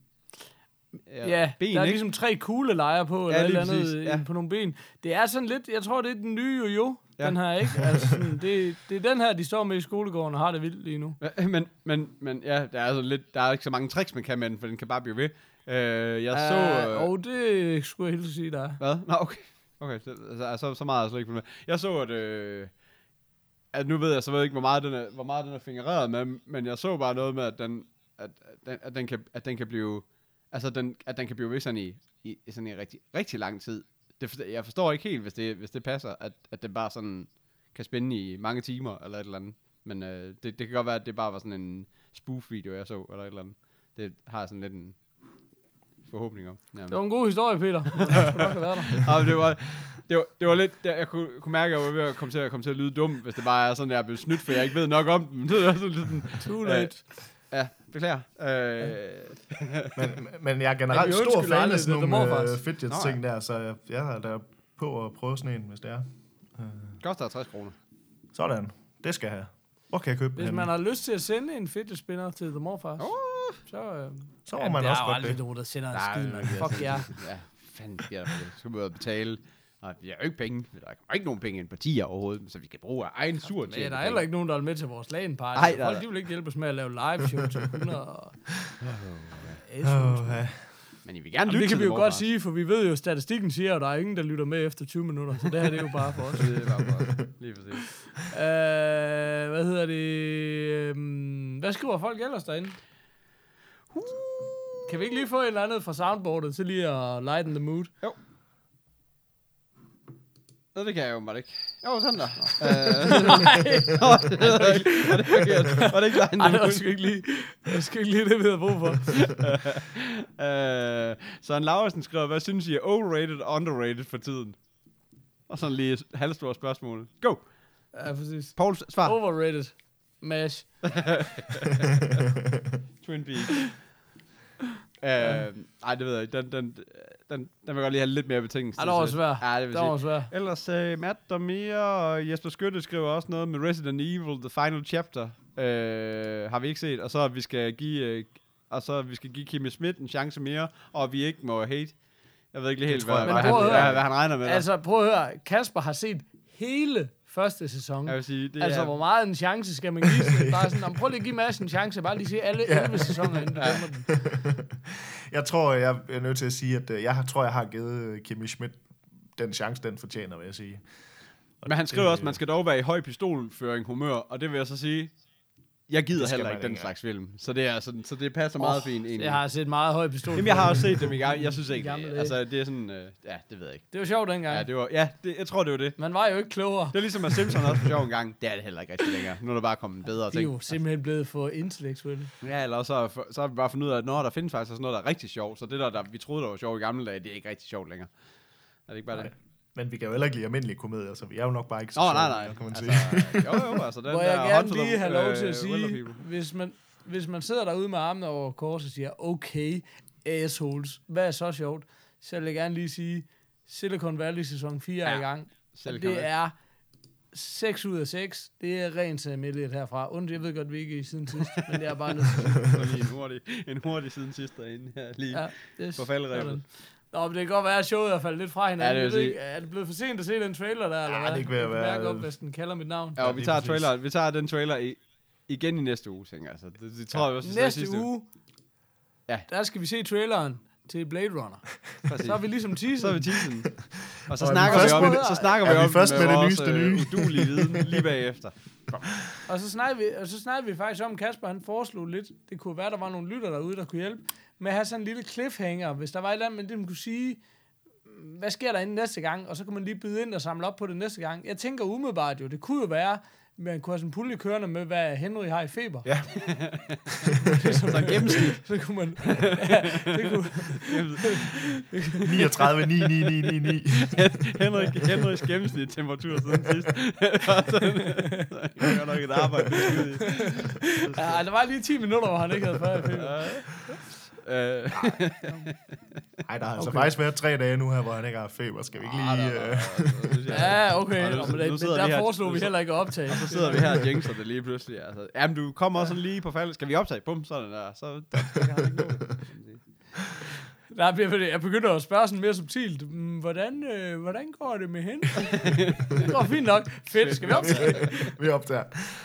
Ja, ben, der er ikke? ligesom tre kuglelejer på, eller Ja, et lige eller andet præcis, ja. ja. på nogle ben. Det er sådan lidt, jeg tror, det er den nye jo-jo, Ja. ja. den her, ikke? Altså, sådan, det, det er den her, de står med i skolegården og har det vildt lige nu. Ja, men, men, men ja, der er, altså lidt, der er ikke så mange tricks, man kan med den, for den kan bare blive ved. Øh, jeg så... Uh, Øh, og det skulle jeg helt sige, der er. Hvad? Nå, okay. Okay, så, altså, så, så meget er jeg slet ikke med. Jeg så, at... Øh, at nu ved jeg så ved jeg ikke, hvor meget den er, hvor meget den er fingereret med, men jeg så bare noget med, at den, at, at, den, at, den, kan, at den kan blive... Altså, den, at den kan blive ved sådan i, i, i sådan i rigtig, rigtig lang tid. Det forstår, jeg forstår ikke helt, hvis det, hvis det passer, at, at det bare sådan kan spænde i mange timer, eller et eller andet. Men øh, det, det kan godt være, at det bare var sådan en spoof-video, jeg så, eller et eller andet. Det har jeg sådan lidt en forhåbning om. Jamen. Det var en god historie, Peter. Det skulle nok have været der. Ja, det var, det var, det var lidt, det, jeg kunne, kunne mærke, at jeg var ved at komme til at, komme til at lyde dum, hvis det bare er sådan, at jeg er blevet snydt, for jeg ikke ved nok om dem. Det er sådan lidt sådan, Too late. ja, beklager. Øh, Men, men jeg er Ja, generelt vi stor undskylder fan aldrig, af sådan det er nogle morfars. uh, fidget-ting der, så jeg, jeg er der på at prøve sådan en, hvis det er. koster halvtreds kroner. Sådan. Det skal jeg have. Hvor kan jeg købe Hvis den man henne? har lyst til at sende en fidget spinner til The Morfars, Oh. så... Øh, Så må man også der er jo godt aldrig det. nogen, der sender en Nej, skid, nej, man. nej, Fuck altså, ja. Ja, fanden bliver der for det. Så skal vi ud og betale. Nej, vi har jo ikke penge. Der er ikke nogen penge i en partier overhovedet, så vi skal bruge af egen sur til. Men der er heller ikke nogen, der er med til vores LAN-party. Nej, der er Folk, der. de vil ikke hjælpe os med at lave live-show til hundrede og... Åh, ja. Men I vil gerne Jamen, lytte det kan til vi jo The godt Morfars. sige, for vi ved jo, at statistikken siger, at der er ingen, der lytter med efter tyve minutter. Så det her det er jo bare for os. Det er bare for os. Lige præcis. Øh, hvad hedder det? Øhm, hvad skriver folk ellers derinde? Uh. Kan vi ikke lige få en eller andet fra soundboardet til lige at lighten the mood? Jo. Nå, det kan jeg jo bare ikke. Jo, sådan der. Var det forkert? Var det ikke Ej, line det var sgu ikke lige, det var sgu ikke lige det, vi havde brug for. uh, Søren Laursen skriver, hvad synes I er overrated og underrated for tiden? Og sådan lige et halvstort spørgsmål. Go! Ja, præcis. Paul, svar. Overrated. Mash. Twin Peaks. Uh, ej, det ved jeg ikke. Den, den, den, den vil jeg godt lige have lidt mere betingelse. Ej, det var svært. Ja, det vil Det var sige. svært. Ellers uh, Matt Domir og Jesper Skytte skriver også noget med Resident Evil, The Final Chapter. Uh, har vi ikke set. Og så at vi skal give, uh, og så at vi skal give Kimmy Schmidt en chance mere, og vi ikke må hate. Jeg ved ikke lige helt, tror jeg hvad, bare, hvad, han- han, Men prøv at hvad, høre. hvad han regner med. Altså, prøv at høre. Kasper har set hele første sæson. Jeg vil sige, det Altså, er... hvor meget en chance skal man give sig? Bare sådan, "Nå, prøv lige at give Mads en chance. Bare lige se alle elleve sæsoner, inden du dømmer den. Jeg tror, jeg er nødt til at sige, at øh, jeg har- tror, jeg har givet Kimmy Schmidt den chance, den fortjener, vil jeg sige. Men han skriver det- også, at man skal dog være i høj pistolføring humør, og det vil jeg så sige, jeg gider Det skal heller man ikke den ikke, slags film. Så det er sådan, så det passer oh, meget fint egentlig. Jeg har set meget høj pistol. Jamen, jeg har også set dem i gang. Jeg synes I ikke, gamle dage. altså det er sådan, øh, ja, det ved jeg ikke. Det var sjovt dengang. Ja, det var, ja, det, jeg tror det var det. Man var jo ikke klogere. Det er ligesom at Simpson også for sjov en gang. Det er det heller ikke rigtig længere. Nu er der bare kommet bedre De er ting. jo simpelthen blevet for intellektuelle. Ja, eller så, så har vi bare fundet ud af, at når der findes faktisk sådan noget, der er rigtig sjovt, så det der, der vi troede, der var sjovt i gamle dage, det er ikke rigtig sjovt længere. Er det ikke bare Nej. det? Men vi kan jo heller ikke lide almindelige komedier, så vi er jo nok bare ikke så Åh, sjove, nej, nej. kan man sige. Altså, jo, jo, altså den Hvor der jeg gerne Hunt for the, lige have lov til øh, at sige, Wilder People. hvis man, hvis man sidder derude med armene over kors og siger, okay, assholes, hvad er så sjovt? Så vil jeg gerne lige sige, Silicon Valley sæson fire er Ja, i gang. Silicon Det Valley. er seks ud af seks. Det er rent Sam Elliott herfra. Und, jeg ved godt, vi ikke er i siden sidst, men det er bare nødt til. Så lige en hurtig, en hurtig siden sidst derinde her, lige Ja, det er på falderæbet. sådan. Nå, men det kan godt være, at showet er faldet lidt fra hinanden. Ja, det vil Jeg ved sige. ikke, er det blevet for sent at se den trailer der, eller Ja, hvad? det kan være- Jeg kan mærke være- op, hvis den kalder mit navn. Ja, og vi lige tager, præcis. trailer, vi tager den trailer i, igen i næste uge, tænker jeg. Altså, det, det tror jeg også, vi sagde Næste sidste uge, Ja. der skal vi se traileren til Blade Runner. Præcis. Så er vi ligesom teaset. Så er vi teasen. Og så Og er vi snakker vi først om, med det? så snakker Er vi vi om først med det vores, nyeste øh, nye? uduelige viden lige bagefter. Og så snakker vi, og så snakker vi faktisk om, Kasper han foreslog lidt, det kunne være, der var nogle lytter derude, der kunne hjælpe, med at have sådan en lille cliffhanger, hvis der var et eller andet, men det man kunne sige, hvad sker der inden næste gang, og så kunne man lige byde ind og samle op på det næste gang. Jeg tænker umiddelbart jo, det kunne jo være, man kunne have sådan en pulje kørende med, hvad Henry har i feber. Ja. Så en gennemsnit. Så kunne man... Ja, det kunne, niogtredive ni ni ni ni ni. Henrik, Henriks gennemsnit temperatur siden sidst. Og sådan, det var nok et arbejde. ja, der var lige ti minutter, hvor han ikke havde fyrre i feber. Øh, Nej, der har altså Okay. faktisk været tre dage nu her, hvor han ikke har feber. Skal vi ikke lige... Øh... Ja, okay. Og nu- Nå, men, nu det, men sidder vi der her- foreslog nu vi sidder- heller ikke at optage. Så sidder vi her og jinxer det lige pludselig. Altså, jamen, du kommer også lige på faldet. Skal vi optage? Bum, sådan der. Så der, der kan han ikke nå det. Der bliver, jeg begynder at spørge sådan mere subtilt. "Mm, Hvordan, øh, hvordan går det med hende? Det går fint nok. Fedt, skal vi optage? vi optager.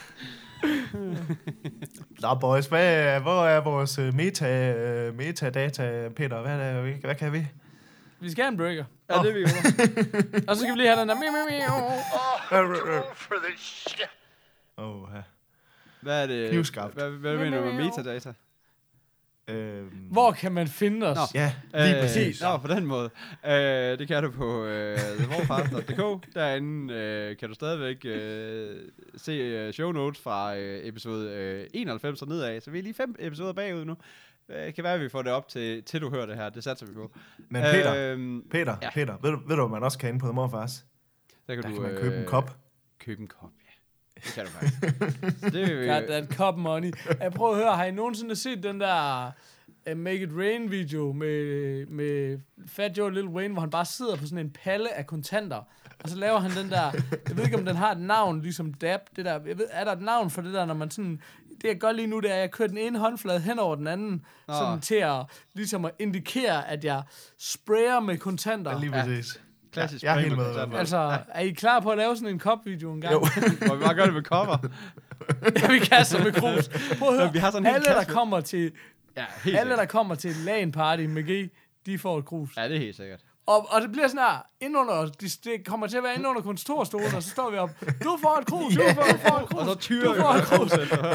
Nå, boys, hvad, hvor er vores øh, meta, øh, metadata, Peter? Hvad, er det, hvad kan vi? Vi skal have en breaker. Ja, det er vi jo. Og så skal vi lige have den der... miau, miau, miau. For the shit. Åh, oh, ja. Hvad er det? Knivskarpt. Hvad, hvad mener du med metadata? Øhm, Hvor kan man finde os? Nå. Ja, lige Øh, præcis. Nå, på den måde. Øh, det kan du på øh, the warpath punktum d k. Derinde øh, kan du stadigvæk øh, se øh, show notes fra øh, episode øh, enoghalvfems og nedad. Så vi er lige fem episoder bagud nu. Det kan være, at vi får det op til, til du hører det her. Det satser vi på. Men Peter, Øhm, Peter, ja. Peter, ved du, ved du, hvad man også kan inde på The Morfars? der kan, Der du, kan man købe en øh, kop. Købe en kop, ja. Det kan du faktisk. Så det vil vi... Got that cup money. Jeg prøver at høre, har I nogensinde set den der uh, Make It Rain video med, med Fat Joe og Lil Wayne, hvor han bare sidder på sådan en palle af kontanter, og så laver han den der, jeg ved ikke om den har et navn, ligesom dab, det der, jeg ved, er der et navn for det der, når man sådan, det jeg gør lige nu, det er, at jeg kører den ene håndflade hen over den anden, oh. sådan til at, ligesom at indikere, at jeg sprayer med kontanter. Ja, lige præcis. Klassisk. Ja, jeg er helt med. Altså, ja. Er I klar på at lave sådan en cop-video en gang? Jo. Må vi bare gøre det med cover? Ja, vi kaster med krus. Prøv at høre, vi har sådan en alle, der kommer til, ja, helt alle, der kommer til LAN party med G, de får et krus. Ja, det er helt sikkert. Og, og det bliver sådan her, indunder, det, det kommer til at være inde under kontorstolen, og så står vi op, du får et krus, yeah. du får, du får et krus, og så tyrer du får et krus.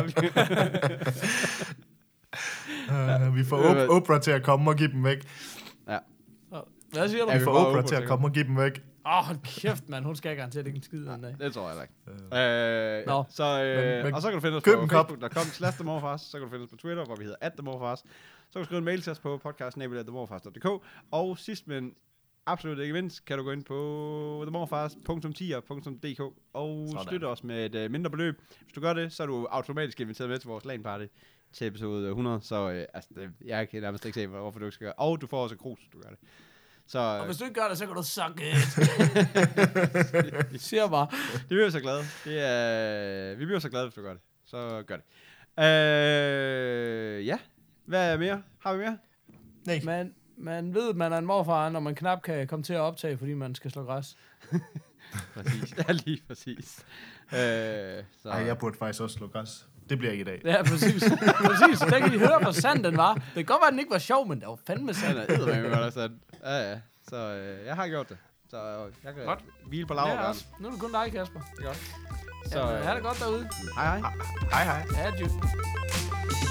uh, vi får Op- Oprah til at komme og give dem væk. Ja. Hvad siger du? Vi får Oprah til at komme og give dem væk. Åh, oh, hold kæft, mand. Hun skal garanteret ikke en skid den dag. Det tror jeg ikke. Øh, Nå. så, øh, Men- men og så kan du finde os køb på en kop. Facebook punktum com slash The Morfars. Så kan du finde os på Twitter, hvor vi hedder at The Morfars. Så kan du skrive en mail til os på podcast snabel-a the morfars punktum d k. Og sidst, men absolut ikke mindst, kan du gå ind på the morfars punktum tier punktum d k og Sådan. støtte os med et uh, mindre beløb. Hvis du gør det, så er du automatisk inviteret med til vores LAN-party til episode hundrede. Så øh, altså, det, jeg kan nærmest ikke se, hvorfor du ikke skal gøre. Og du får også et krus, hvis du gør det. Så, Og hvis du ikke gør det, så kan du suck it. Siger bare. det bliver vi så glade. Det er, vi bliver så glade, hvis du gør det. Så gør det. Øh, ja. Hvad er mere? Har vi mere? Nej. Man, man ved, man er en morfar, når man knap kan komme til at optage, fordi man skal slå græs. Præcis. Ja, lige præcis. Øh, så. Ej, jeg burde faktisk også slå græs. Det bliver ikke i dag. Ja, præcis. Præcis. Der kan I høre, hvor sand den var. Det kan godt være, at den ikke var sjov, men det var fandme sand. Den er eddermame godt, altså. Ja, ja. Så øh, jeg har gjort det. Så øh, jeg kan Godt. hvile på Det er laverbærene. også. Nu er det kun dig, Kasper. Det er godt. Så Så ja, øh, ha' det godt derude. hej hej. Hej hej. Adieu.